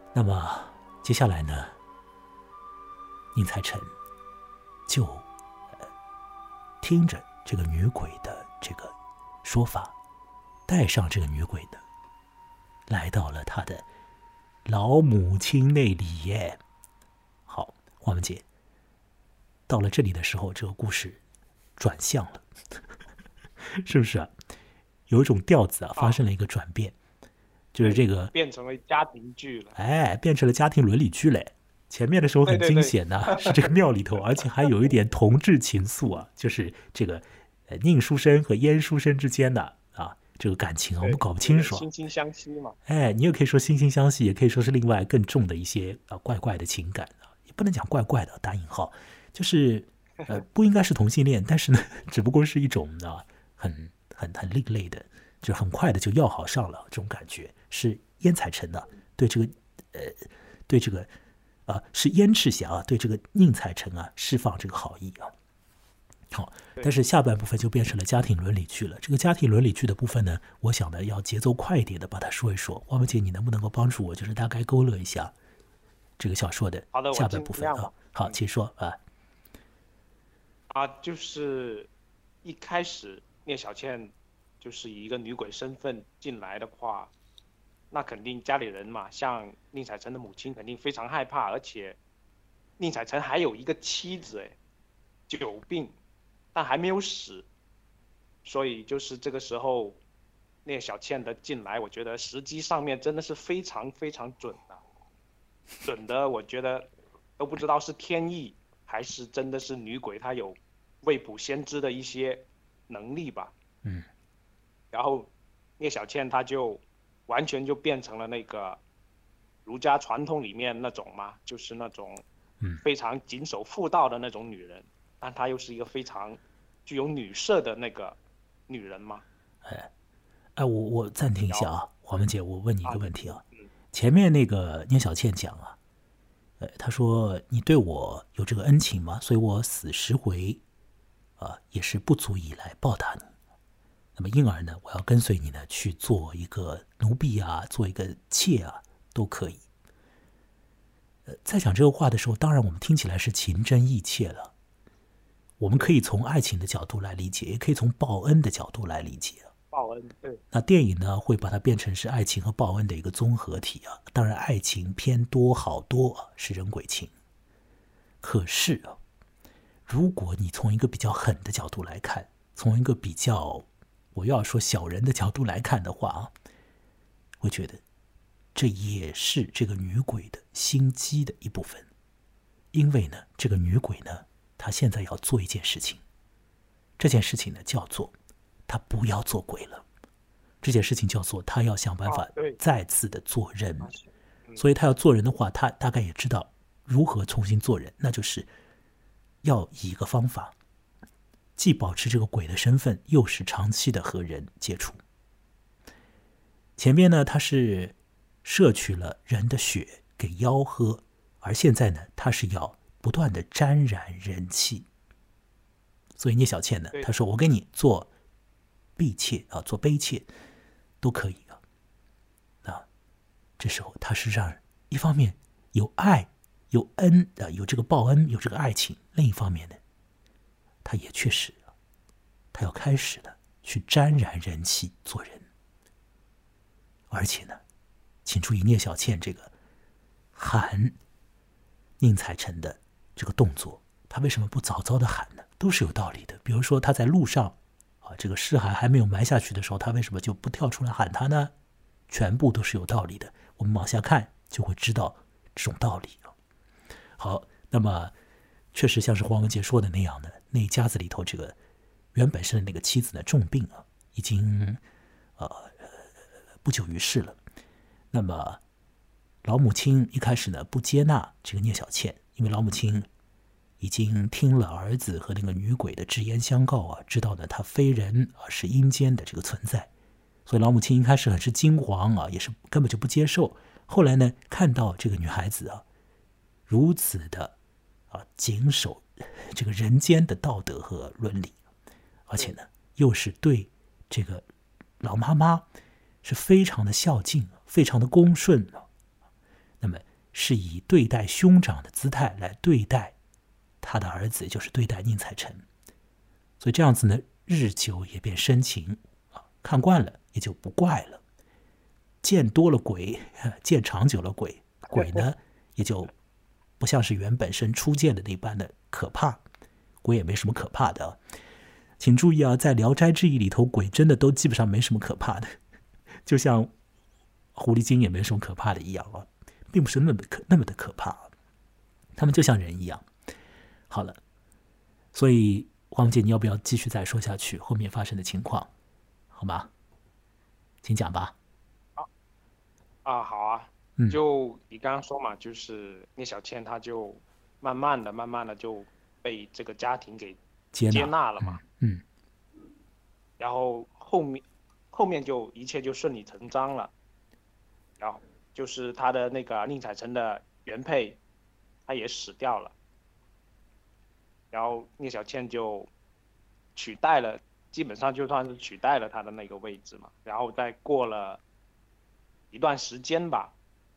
那么接下来呢，宁采臣就、呃、听着这个女鬼的这个说法，带上这个女鬼呢，来到了他的老母亲那里耶。好，花文姐到了这里的时候，这个故事转向了，是不是啊？有一种调子啊，发生了一个转变，啊、就是这个变成了家庭剧了， 哎，变成了家庭伦理剧嘞。前面的时候很惊险呐、啊，是这个庙里头，而且还有一点同志情愫啊，就是这个呃宁书生和燕书生之间的啊这个感情啊，我们搞不清楚， 惺惺相惜嘛。 哎，你也可以说惺惺相惜，也可以说是另外更重的一些啊怪怪的情感啊，也不能讲怪怪的打引号，就是呃不应该是同性恋，但是呢，只不过是一种啊很很很另类的，就很快的就要好上了这种感觉，是燕采臣呢、啊、对这个呃对这个。啊，是燕赤霞啊，对这个宁采臣啊释放这个好意啊。好，但是下半部分就变成了家庭伦理剧了。这个家庭伦理剧的部分呢，我想呢要节奏快一点的把它说一说。花木姐，你能不能够帮助我，就是大概勾勒一下这个小说的下半部分啊？好，请说啊。 啊，就是一开始聂小倩就是以一个女鬼身份进来的话。那肯定家里人嘛，像宁采臣的母亲肯定非常害怕，而且宁采臣还有一个妻子，哎，久病，但还没有死，所以就是这个时候，聂小倩的进来，我觉得时机上面真的是非常非常准的，准的，我觉得都不知道是天意还是真的是女鬼，她有未卜先知的一些能力吧。 嗯， 然后聂小倩她就。完全就变成了那个儒家传统里面那种嘛，就是那种非常谨守妇道的那种女人，但她又是一个非常具有女色的那个女人嘛。 哎，哎，我我暂停一下啊，黄文姐，我问你一个问题啊，前面那个聂小倩讲啊，呃，她说你对我有这个恩情嘛，所以我死十回，啊、呃，也是不足以来报答你。那么因而呢，我要跟随你呢去做一个奴婢啊，做一个妾啊，都可以。呃，在讲这个话的时候，当然我们听起来是情真意切了。我们可以从爱情的角度来理解，也可以从报恩的角度来理解。 报恩，对。 那电影呢，会把它变成是爱情和报恩的一个综合体啊。当然，爱情偏多好多啊，是人鬼情。可是啊，如果你从一个比较狠的角度来看，从一个比较我要说小人的角度来看的话啊，我觉得这也是这个女鬼的心机的一部分。因为呢，这个女鬼呢，她现在要做一件事情，这件事情呢叫做她不要做鬼了，这件事情叫做她要想办法再次的做人。啊、所以她要做人的话，她大概也知道如何重新做人，那就是要以一个方法。既保持这个鬼的身份，又是长期的和人接触。前面呢，他是摄取了人的血给妖喝，而现在呢，他是要不断的沾染人气。所以聂小倩呢，他说：“我给你做婢妾啊，做卑妾都可以啊。”啊，这时候他是让一方面有爱、有恩啊，有这个报恩，有这个爱情；另一方面呢，他也确实，他要开始了去沾染人气做人。而且呢，请注意聂小倩这个喊宁采臣的这个动作，他为什么不早早的喊呢？都是有道理的。比如说他在路上啊，这个尸骸还没有埋下去的时候，他为什么就不跳出来喊他呢？全部都是有道理的。我们往下看就会知道这种道理。好，那么确实像是黄文杰说的那样的，那一家子里头这个原本是那个妻子呢重病啊，已经呃不久于世了。那么老母亲一开始呢不接纳这个聂小倩，因为老母亲已经听了儿子和那个女鬼的直言相告啊，知道呢她非人而是阴间的这个存在，所以老母亲一开始很是惊惶啊，也是根本就不接受。后来呢，看到这个女孩子啊如此的啊谨守这个人间的道德和伦理，而且呢又是对这个老妈妈是非常的孝敬，非常的恭顺啊。 那么是以对待兄长的姿态来对待他的儿子，就是对待宁采臣。所以这样子呢，日久也便生情啊，看惯了也就不怪了。见多了鬼，见长久了鬼，鬼呢也就不像是原本生初见的那般的可怕，鬼也没什么可怕的啊。请注意啊，在《聊斋志异》里头，鬼真的都基本上没什么可怕的，就像狐狸精也没什么可怕的一样啊，并不是那么可那么的可怕，他们就像人一样。好了，所以黄姐，你要不要继续再说下去后面发生的情况？好吗？请讲吧。 啊，好啊， 嗯， 就你刚刚说嘛，就是聂小倩她就慢慢的、慢慢的就被这个家庭给接纳接纳了嘛， 嗯， 然后后面后面就一切就顺理成章了，然后就是他的那个宁采臣的原配，他也死掉了，然后聂小倩就取代了，基本上就算是取代了他的那个位置嘛，然后再过了一段时间吧，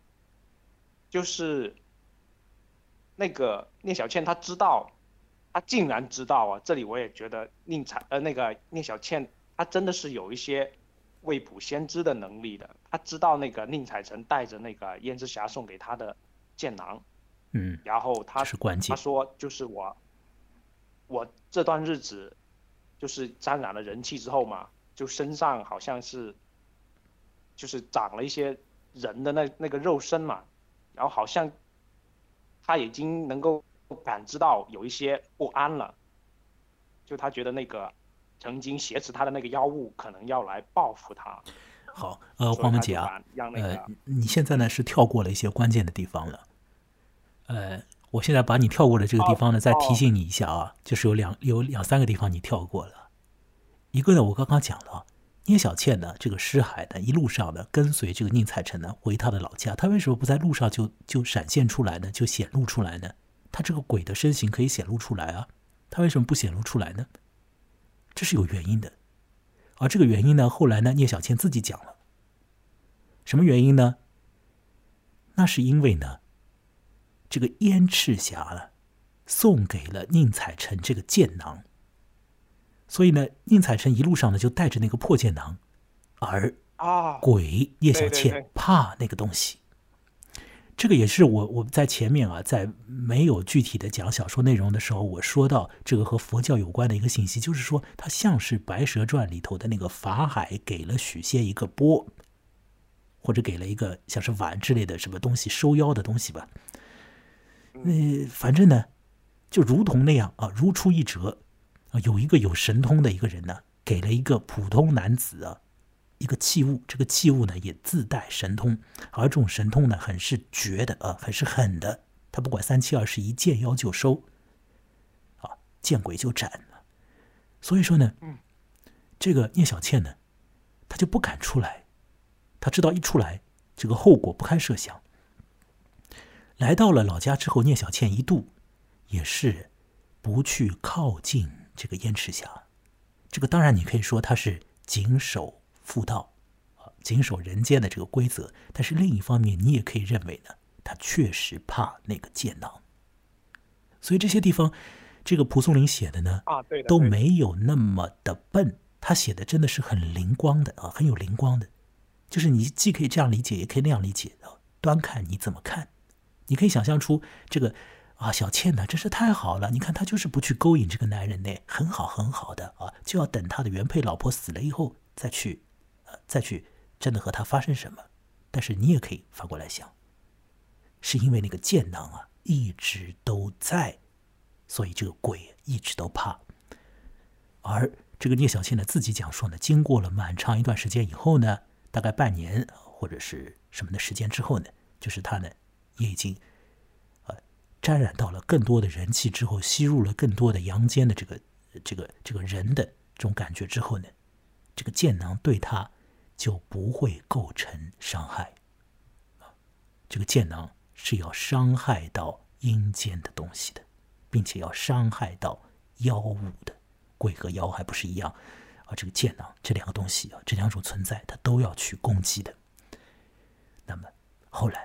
就是那个聂小倩她知道，她竟然知道啊！这里我也觉得宁采呃那个聂小倩她真的是有一些未卜先知的能力的，她知道那个宁采臣带着那个燕之霞送给她的剑囊， 嗯， 然后她是关键。 她说就是我我这段日子就是沾染了人气之后嘛，就身上好像是就是长了一些人的那那个肉身嘛，然后好像他已经能够感知到有一些不安了，就他觉得那个曾经挟持他的那个妖物可能要来报复他。 好，呃，黄文杰啊， 让那个、 呃，你现在呢是跳过了一些关键的地方了，呃，我现在把你跳过的这个地方呢，再提醒你一下啊，就是有两有两三个地方你跳过了，一个呢我刚刚讲了。聂小倩呢，这个尸骸呢，一路上呢跟随这个宁采臣呢回他的老家，他为什么不在路上就就闪现出来呢？就显露出来呢？他这个鬼的身形可以显露出来啊，他为什么不显露出来呢？这是有原因的，而这个原因呢，后来呢，聂小倩自己讲了，什么原因呢？那是因为呢，这个燕赤霞呢送给了宁采臣这个剑囊。所以呢，宁采臣一路上呢就带着那个破剑囊，而鬼聂小倩怕那个东西。这个也是我我在前面啊，在没有具体的讲小说内容的时候，我说到这个和佛教有关的一个信息，就是说它像是《白蛇传》里头的那个法海给了许仙一个钵，或者给了一个像是碗之类的什么东西收妖的东西吧。呃，反正呢，就如同那样啊，如出一辙。有一个有神通的一个人呢，给了一个普通男子啊一个器物，这个器物呢也自带神通，而这种神通呢很是绝的啊，很是狠的，他不管三七二十一，见妖就收，啊，见鬼就斩了。所以说呢，这个聂小倩呢，他就不敢出来，他知道一出来这个后果不堪设想。来到了老家之后，聂小倩一度也是不去靠近这个燕赤霞，这个当然你可以说他是谨守妇道啊，谨守人间的这个规则，但是另一方面你也可以认为呢，他确实怕那个剑囊。所以这些地方这个蒲松龄写的呢啊，对的， 都没有那么的笨，他写的真的是很灵光的啊，很有灵光的，就是你既可以这样理解也可以那样理解的，端看你怎么看。你可以想象出这个啊，小倩呢，真是太好了！你看她就是不去勾引这个男人呢，很好很好的啊，就要等他的原配老婆死了以后再去，呃，再去真的和他发生什么。但是你也可以反过来想，是因为那个剑囊啊一直都在，所以这个鬼一直都怕。而这个聂小倩呢自己讲说呢，经过了蛮长一段时间以后呢，大概半年或者是什么的时间之后呢，就是她呢也已经。沾染到了更多的人气之后，吸入了更多的阳间的这个这个这个人的这种感觉之后呢，这个剑囊对他就不会构成伤害。这个剑囊是要伤害到阴间的东西的，并且要伤害到妖物的。鬼和妖还不是一样啊？这个剑囊这两个东西啊，这两种存在，它都要去攻击的。那么后来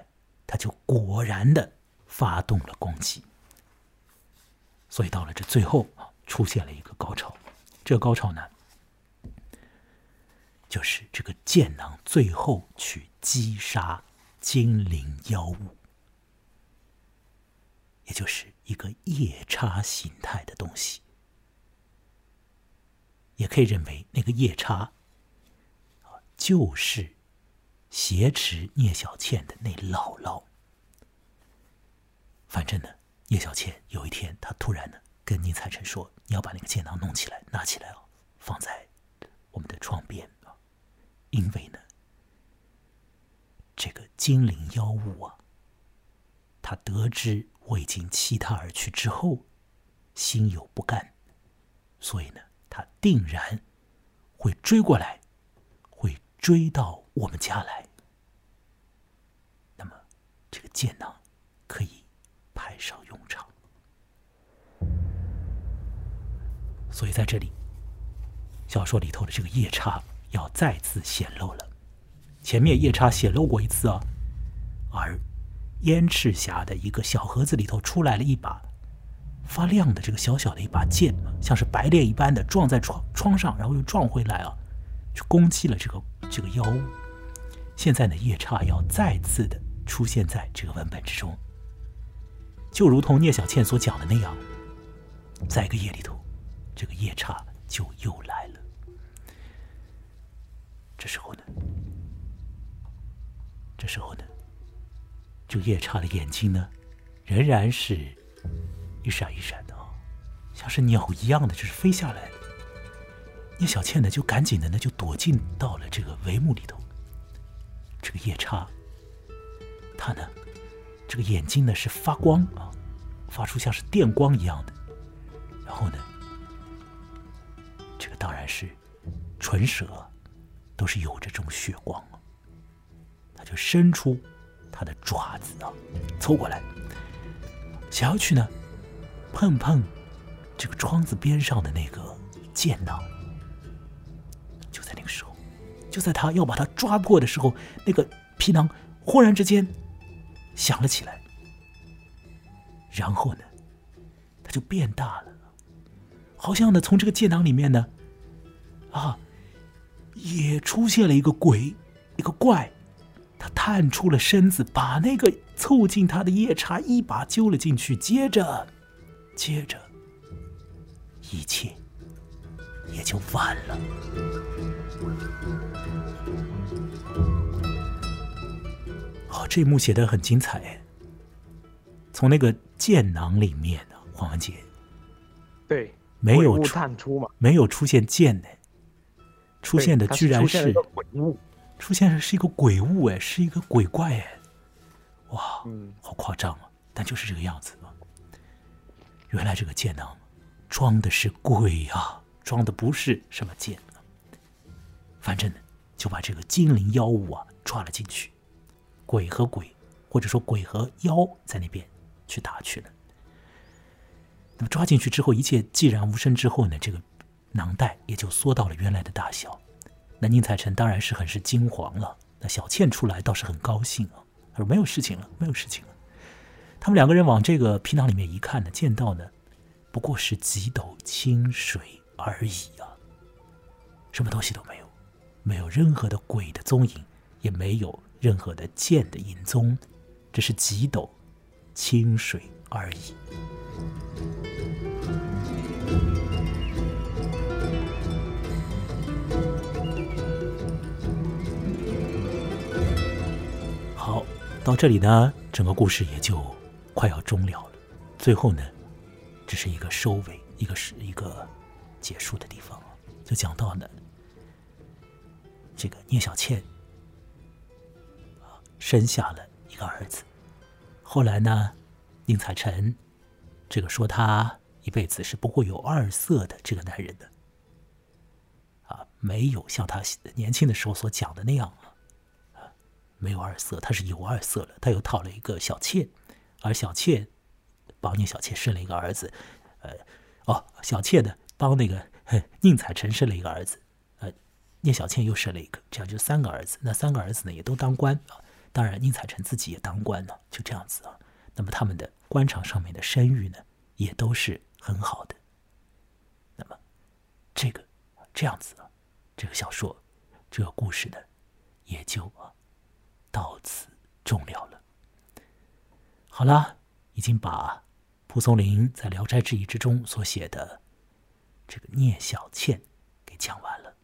他就果然的发动了攻击。所以到了这最后啊，出现了一个高潮。这个高潮呢，就是这个剑囊最后去击杀精灵妖物，也就是一个夜叉形态的东西。也可以认为那个夜叉就是挟持聂小倩的那姥姥。反正呢，聂小倩有一天，她突然呢跟宁采臣说：“你要把那个剑囊弄起来，拿起来啊，放在我们的窗边啊，因为呢，这个精灵妖物啊，他得知我已经弃他而去之后，心有不甘，所以呢，他定然会追过来，会追到我们家来。那么，这个剑囊可以派上用场。所以在这里，小说里头的这个夜叉要再次显露了。前面夜叉显露过一次啊，而燕赤霞的一个小盒子里头出来了一把发亮的这个小小的一把剑，像是白练一般的撞在窗窗上，然后又撞回来啊，去攻击了这个这个妖物。现在呢，夜叉要再次的出现在这个文本之中，就如同聂小倩所讲的那样，在一个夜里头，这个夜叉就又来了。这时候呢，这时候呢，这个夜叉的眼睛呢，仍然是一闪一闪的，像是鸟一样的，就是飞下来的。聂小倩呢，就赶紧的呢，就躲进到了这个帷幕里头。这个夜叉，他呢，这个眼睛呢是发光啊，发出像是电光一样的。然后呢，这个当然是唇舌都是有着这种血光啊。他就伸出他的爪子啊，凑过来，想要去呢碰碰这个窗子边上的那个剑囊。就在那个时候，就在他要把它抓破的时候，那个皮囊忽然之间响了起来，然后呢，它就变大了，好像呢从这个剑囊里面呢，啊，也出现了一个鬼，一个怪。他探出了身子，把那个凑近他的夜叉一把揪了进去，接着，接着，一切也就完了。哦，这一幕写得很精彩哎！从那个剑囊里面啊，黄文杰， 对， 没有出探出嘛， 没有出现剑呢，出现的居然是鬼物。 出现的是一个鬼物哎，是一个鬼怪哎，哇， 嗯， 好夸张啊！但就是这个样子啊。原来这个剑囊装的是鬼啊，装的不是什么剑啊。反正呢，就把这个精灵妖物啊抓了进去，鬼和鬼，或者说鬼和妖在那边去打去了。那么抓进去之后，一切寂然无声之后呢，这个囊袋也就缩到了原来的大小。那宁采臣当然是很是惊惶了，那小倩出来倒是很高兴啊，他说没有事情了，没有事情了。他们两个人往这个皮囊里面一看呢，见到呢不过是几斗清水而已啊，什么东西都没有，没有任何的鬼的踪影，也没有任何的剑的影踪，只是几斗清水而已。好，到这里呢，整个故事也就快要终了了。最后呢，只是一个收尾，一个是一个结束的地方，就讲到呢，这个聂小倩啊生下了一个儿子。后来呢，宁采臣这个说他一辈子是不会有二色的这个男人的啊，没有像他年轻的时候所讲的那样啊。没有二色，他是有二色了。他又讨了一个小妾，而小妾帮聂小倩生了一个儿子，呃，哦，小妾呢帮那个宁采臣生了一个儿子，呃，聂小倩又生了一个，这样就三个儿子。那三个儿子呢也都当官啊， 当然宁采臣自己也当官了，就这样子啊。那么他们的官场上面的声誉呢，也都是很好的。那么这个这样子啊，这个小说这个故事呢，也就啊到此终了了。好了，已经把蒲松龄在《聊斋志异》之中所写的这个聂小倩给讲完了。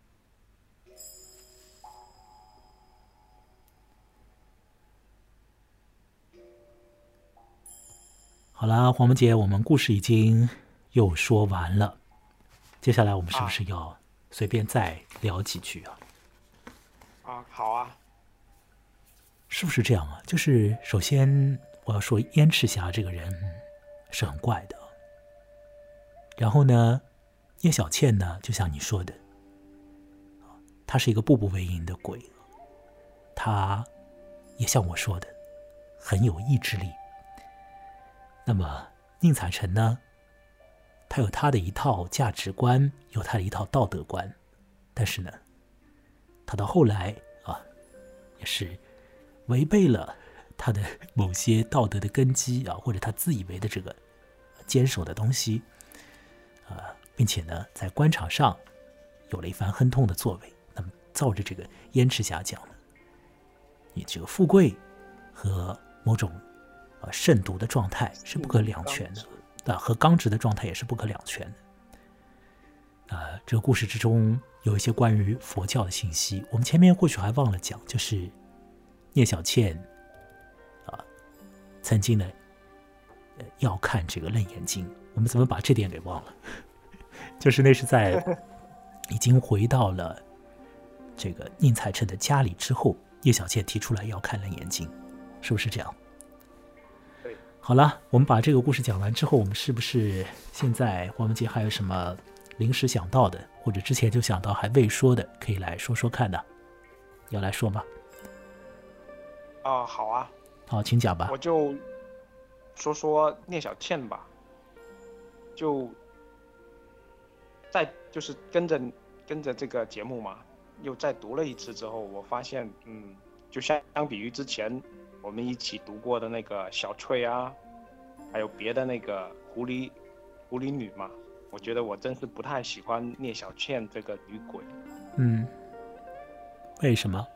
好了，黄萌姐，我们故事已经又说完了，接下来我们是不是要随便再聊几句啊？ 啊，好啊。 是不是这样啊？就是首先我要说燕赤霞这个人是很怪的，然后呢，聂小倩呢，就像你说的，她是一个步步为营的鬼，她也像我说的很有意志力。那么宁采臣呢，他有他的一套价值观，有他的一套道德观，但是呢，他到后来啊，也是违背了他的某些道德的根基啊，或者他自以为的这个坚守的东西，呃，并且呢，在官场上有了一番亨通的作为。那么，照着这个燕赤霞讲呢，你这个富贵和某种呃慎独的状态是不可两全的，啊、呃，和刚直的状态也是不可两全的。呃，这个故事之中有一些关于佛教的信息，我们前面或许还忘了讲，就是聂小倩啊、呃，曾经呢、呃、要看这个《楞严经》，我们怎么把这点给忘了？就是那是在已经回到了这个宁采臣的家里之后，聂小倩提出来要看《楞严经》，是不是这样？ 对。 好了，我们把这个故事讲完之后，我们是不是现在黄文杰还有什么临时想到的，或者之前就想到还未说的，可以来说说看的？要来说吗？ 啊、呃，好啊。 好，请讲吧。 我就说说聂小倩吧，就再就是跟着跟着这个节目嘛，又再读了一次之后，我发现，嗯，就相相比于之前我们一起读过的那个小翠啊，还有别的那个狐狸狐狸女嘛，我觉得我真是不太喜欢聂小倩这个女鬼。 嗯，为什么？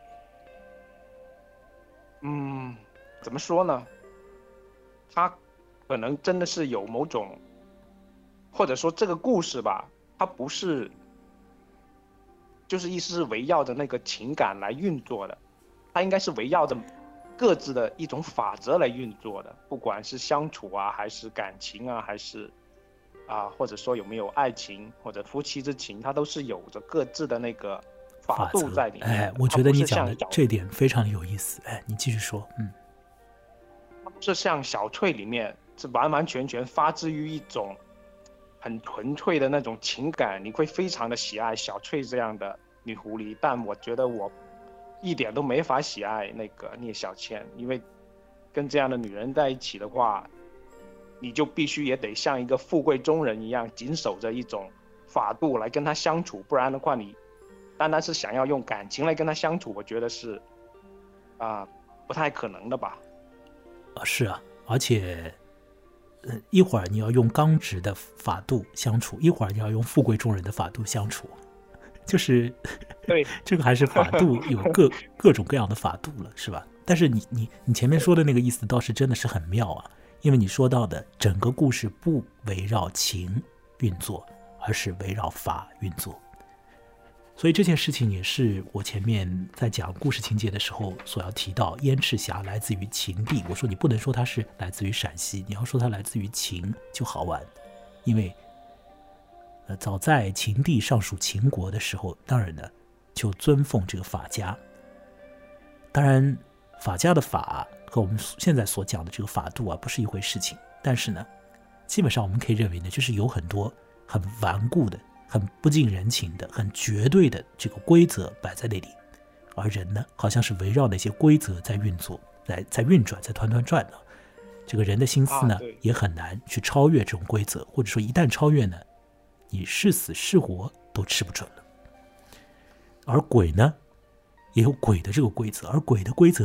嗯，怎么说呢？她可能真的是有某种，或者说这个故事吧，它不是，就是意思是围绕着那个情感来运作的，它应该是围绕着各自的一种法则来运作的，不管是相处啊，还是感情啊，还是啊，或者说有没有爱情或者夫妻之情，它都是有着各自的那个法度在里面。 哎，我觉得你讲的这点非常有意思。哎，你继续说。嗯， 它不是像小翠里面是完完全全发自于一种很纯粹的那种情感，你会非常的喜爱小翠这样的女狐狸，但我觉得我一点都没法喜爱那个聂小倩，因为跟这样的女人在一起的话，你就必须也得像一个富贵中人一样，谨守着一种法度来跟她相处，不然的话，你单单是想要用感情来跟她相处，我觉得是啊、呃、不太可能的吧。 啊，是啊，而且。呃，一会儿你要用刚直的法度相处，一会儿你要用富贵中人的法度相处，就是对这个还是法度有各各种各样的法度了，是吧？但是你你你前面说的那个意思倒是真的是很妙啊，因为你说到的整个故事不围绕情运作，而是围绕法运作。所以这件事情也是我前面在讲故事情节的时候所要提到，燕赤霞来自于秦地，我说你不能说它是来自于陕西，你要说它来自于秦就好玩，因为呃，早在秦地尚属秦国的时候，当然呢就尊奉这个法家。当然法家的法和我们现在所讲的这个法度啊不是一回事情，但是呢基本上我们可以认为呢，就是有很多很顽固的、很不近人情的、很绝对的这个规则摆在那里，而人呢，好像是围绕那些规则在运作、在在运转、在团团转的。这个人的心思呢， 啊、 也很难去超越这种规则，或者说一旦超越呢，你是死是活都吃不准了。而鬼呢，也有鬼的这个规则，而鬼的规则呢，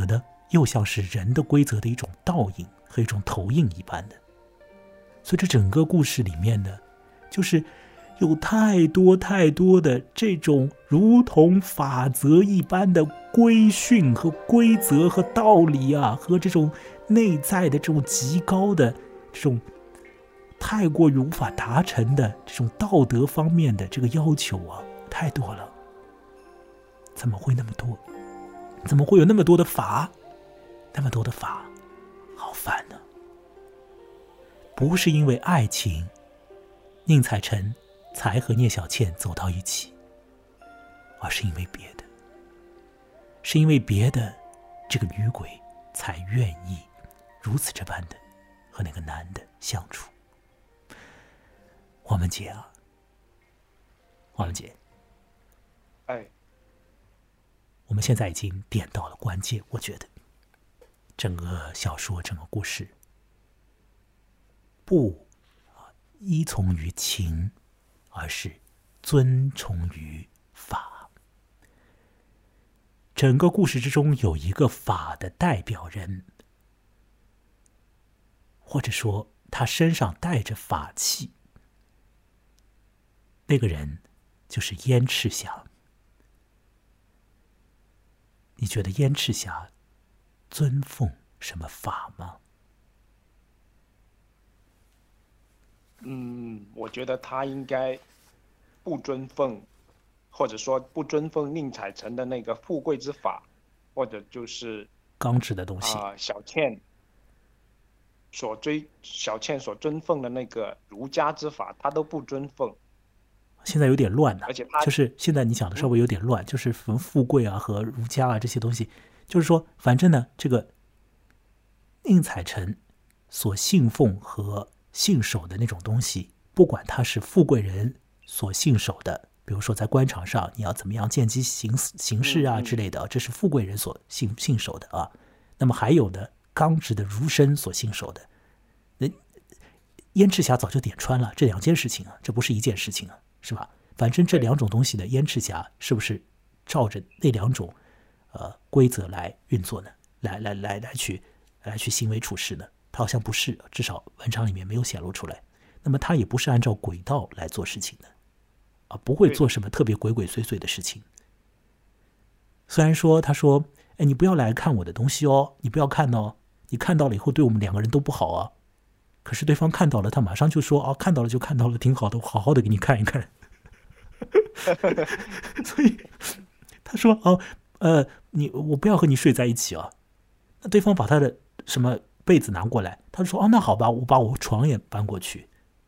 又像是人的规则的一种倒影和一种投影一般的。所以这整个故事里面呢，就是有太多太多的这种如同法则一般的规训和规则和道理啊，和这种内在的这种极高的这种太过于无法达成的这种道德方面的这个要求啊，太多了。怎么会那么多？怎么会有那么多的法？那么多的法，好烦呢、啊！不是因为爱情，宁采臣才和聂小倩走到一起，而是因为别的，是因为别的，这个女鬼才愿意如此这般的和那个男的相处。黄文杰啊，黄文杰， 哎， 我们现在已经点到了关键，我觉得整个小说整个故事不依从于情，而是遵从于法。整个故事之中有一个法的代表人，或者说他身上带着法器，那个人就是燕赤霞。你觉得燕赤霞尊奉什么法吗？ 嗯，我觉得他应该不尊奉，或者说不尊奉宁采臣的那个富贵之法，或者就是刚直的东西啊、呃，小倩所追小倩所尊奉的那个儒家之法，他都不尊奉。 现在有点乱了、啊， 而且他就是现在你讲的稍微有点乱，嗯、就是什么富贵啊和儒家啊这些东西，就是说，反正呢，这个宁采臣所信奉和信守的那种东西，不管他是富贵人所信守的，比如说在官场上你要怎么样见机行行事啊之类的，这是富贵人所信信守的啊。那么还有呢，刚直的儒生所信守的，那燕赤霞早就点穿了这两件事情啊，这不是一件事情啊，是吧？反正这两种东西的燕赤霞是不是照着那两种呃规则来运作呢？来来来来去来去行为处事呢？他好像不是，至少文章里面没有显露出来。那么他也不是按照轨道来做事情的，啊，不会做什么特别鬼鬼祟祟的事情。虽然说他说，哎，你不要来看我的东西哦，你不要看哦，你看到了以后对我们两个人都不好啊。可是对方看到了，他马上就说，哦，看到了就看到了，挺好的，我好好的给你看一看。所以他说，哦，呃，你我不要和你睡在一起啊。那对方把他的什么被子拿过来，他说，哦，那好吧，我把我床也搬过去。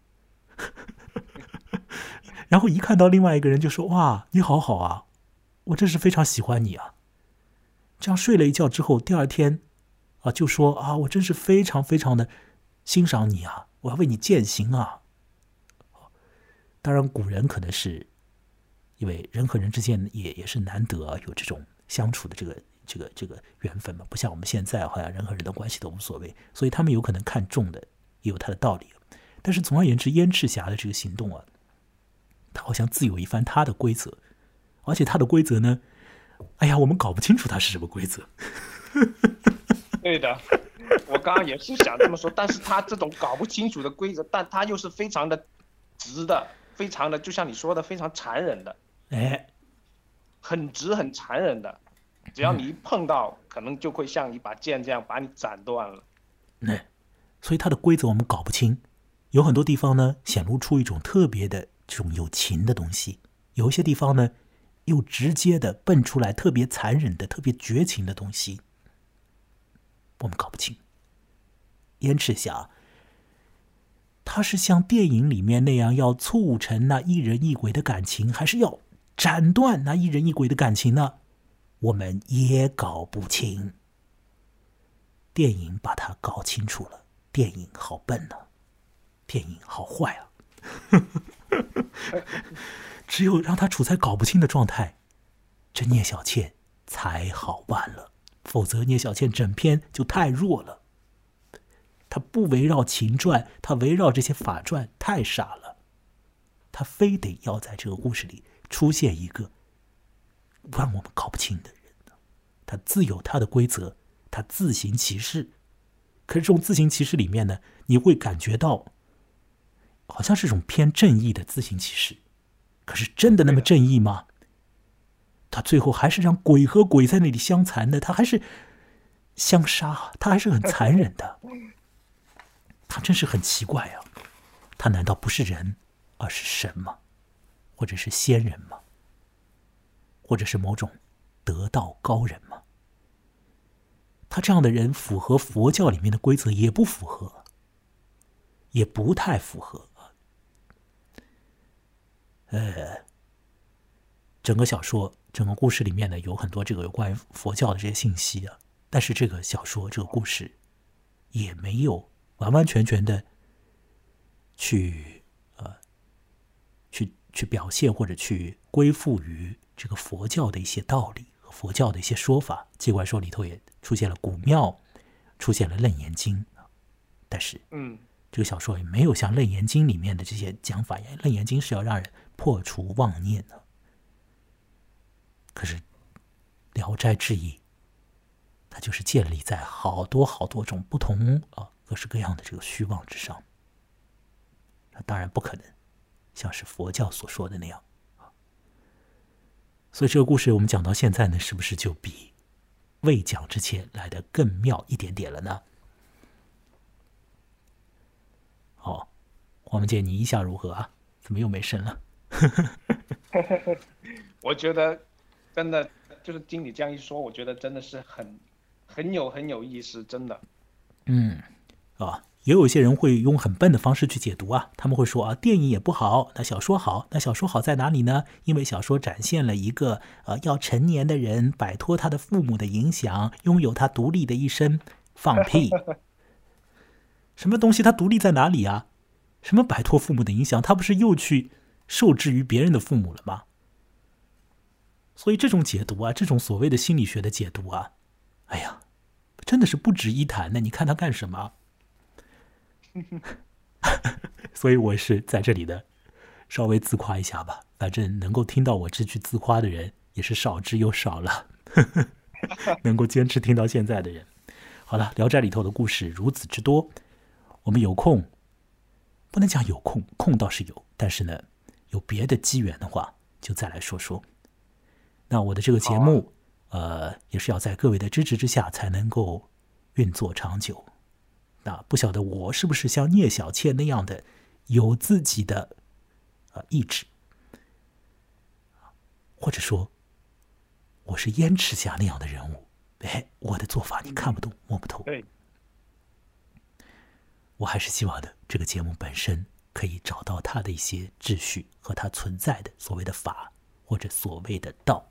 然后一看到另外一个人就说，哇，你好好啊，我真是非常喜欢你啊。这样睡了一觉之后，第二天啊就说，啊，我真是非常非常的欣赏你啊，我要为你践行啊。当然古人可能是因为人和人之间也也是难得、啊、有这种相处的这个这个这个缘分嘛，不像我们现在好像人和人的关系都无所谓，所以他们有可能看重的也有他的道理。但是总而言之，燕赤霞的这个行动啊，他好像自有一番他的规则，而且他的规则呢，哎呀，我们搞不清楚他是什么规则。 对的，我刚刚也是想这么说，但是他这种搞不清楚的规则，但他又是非常的直的，非常的就像你说的非常残忍的， 哎， 很直很残忍的，只要你一碰到、嗯、可能就会像一把剑这样把你斩断了。 嗯，所以他的规则我们搞不清，有很多地方呢显露出一种特别的这种有情的东西，有一些地方呢又直接的蹦出来特别残忍的特别绝情的东西，我们搞不清。燕赤霞他是像电影里面那样要促成那一人一鬼的感情，还是要斩断那一人一鬼的感情呢？我们也搞不清。电影把它搞清楚了，电影好笨啊，电影好坏啊。只有让他处在搞不清的状态，这聂小倩才好办了，否则聂小倩整篇就太弱了。他不围绕情传，他围绕这些法传，太傻了。他非得要在这个故事里出现一个让我们搞不清的人，他自有他的规则， 他自行其事。可是这种自行其事里面呢，你会感觉到好像是一种偏正义的自行其事。可是真的那么正义吗？他最后还是让鬼和鬼在那里相残的，他还是相杀，他还是很残忍的。他真是很奇怪啊！他难道不是人，而是神吗？或者是仙人吗？或者是某种得道高人吗？他这样的人符合佛教里面的规则，也不符合，也不太符合。呃，整个小说、整个故事里面呢，有很多这个有关于佛教的这些信息啊，但是这个小说、这个故事也没有完完全全的去呃去去表现或者去归附于这个佛教的一些道理和佛教的一些说法。《戒怪说》里头也出现了古庙，出现了《楞严经》，但是， 嗯， 这个小说也没有像《楞严经》里面的这些讲法一样，《楞严经》是要让人破除妄念的。可是，《聊斋志异》它就是建立在好多好多种不同啊各式各样的这个虚妄之上。那当然不可能像是佛教所说的那样。所以这个故事我们讲到现在呢，是不是就比未讲之前来得更妙一点点了呢？好，黄文杰，你意下如何啊？怎么又没声了？ 我觉得真的就是经理这样一说，我觉得真的是很很有很有意思，真的。 嗯，啊，也有一些人会用很笨的方式去解读啊，他们会说啊，电影也不好，那小说好，那小说好在哪里呢？因为小说展现了一个呃要成年的人摆脱他的父母的影响，拥有他独立的一生。放屁！什么东西他独立在哪里啊？什么摆脱父母的影响？他不是又去受制于别人的父母了吗？所以这种解读啊，这种所谓的心理学的解读啊，哎呀，真的是不值一谈的。你看他干什么？所以我是在这里的稍微自夸一下吧，反正能够听到我这句自夸的人也是少之又少了。能够坚持听到现在的人。好了，聊斋里头的故事如此之多，我们有空，不能讲有空，空倒是有，但是呢，有别的机缘的话，就再来说说。那我的这个节目，啊、呃，也是要在各位的支持之下才能够运作长久。那不晓得我是不是像聂小倩那样的有自己的呃意志，或者说我是燕赤霞那样的人物，哎，我的做法你看不懂摸不透。 对， 我还是希望的这个节目本身可以找到它的一些秩序和它存在的所谓的法或者所谓的道。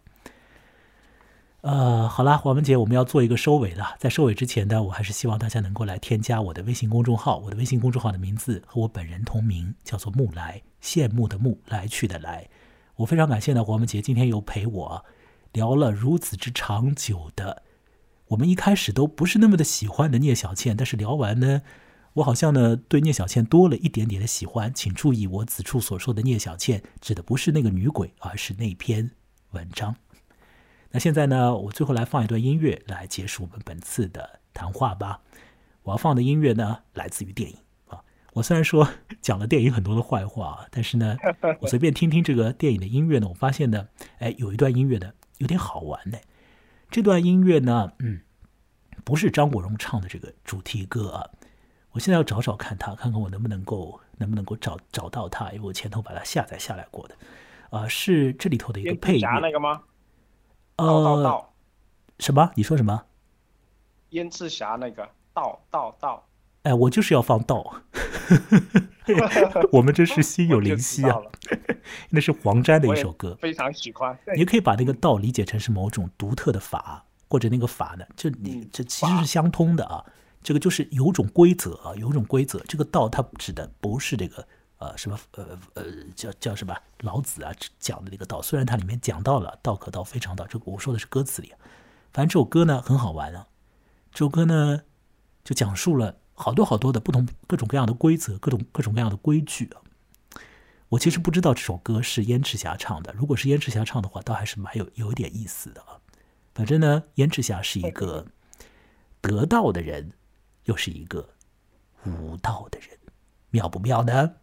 呃，好啦，黄文杰，我们要做一个收尾了。在收尾之前呢，我还是希望大家能够来添加我的微信公众号。我的微信公众号的名字和我本人同名，叫做木来，羡慕的慕，来去的来。我非常感谢呢，黄文杰今天又陪我聊了如此之长久的，我们一开始都不是那么的喜欢的聂小倩，但是聊完呢，我好像呢对聂小倩多了一点点的喜欢。请注意，我此处所说的聂小倩指的不是那个女鬼，而是那篇文章。那现在呢，我最后来放一段音乐来结束我们本次的谈话吧。我要放的音乐呢，来自于电影啊。我虽然说讲了电影很多的坏话，但是呢，我随便听听这个电影的音乐呢，我发现呢，哎，有一段音乐呢有点好玩呢。这段音乐呢，嗯，不是张国荣唱的这个主题歌啊。我现在要找找看它，看看我能不能够能不能够找找到它，因为我前头把它下载下来过的。啊、呃，是这里头的一个配乐。 那个吗？ 呃， 道道道什么？你说什么？ 燕赤霞那个道道道。 哎，我就是要放道。我们这是心有灵犀啊！那是黄沾的一首歌， 非常喜欢。 你可以把那个道理解成是某种独特的法，或者那个法呢，就你这其实是相通的啊。这个就是有种规则啊，有种规则。这个道它指的不是这个呃什么呃呃叫叫什么老子啊讲的那个道，虽然它里面讲到了道可道非常道，这个我说的是歌词里。反正这首歌呢很好玩啊，这首歌呢就讲述了好多好多的不同各种各样的规则，各种各种各样的规矩啊。我其实不知道这首歌是燕赤霞唱的，如果是燕赤霞唱的话，倒还是蛮有有一点意思的啊。反正呢，燕赤霞是一个得道的人又是一个无道的人，妙不妙呢？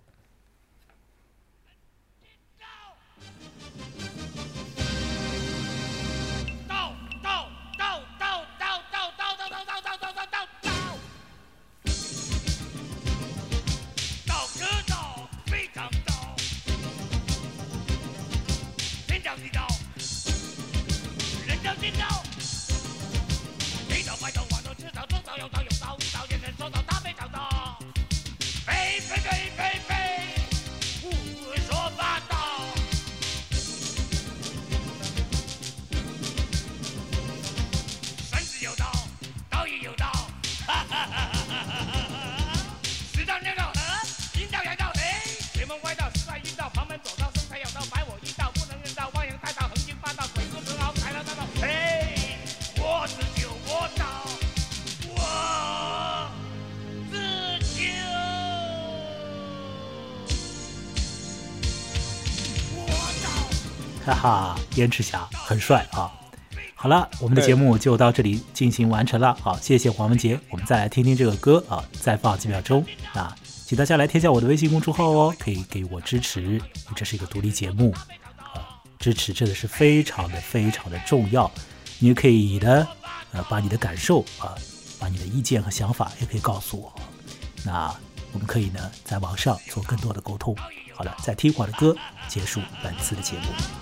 哈哈，燕赤霞很帅啊！好了，我们的节目就到这里进行完成了。好，谢谢黄文杰。我们再来听听这个歌啊，再放几秒钟啊，请大家来添加我的微信公众号哦，可以给我支持，因为这是一个独立节目啊，支持真的是非常的非常的重要。你也可以呢，呃，把你的感受啊，把你的意见和想法也可以告诉我。那我们可以呢，在网上做更多的沟通。好了，再听我的歌，结束本次的节目。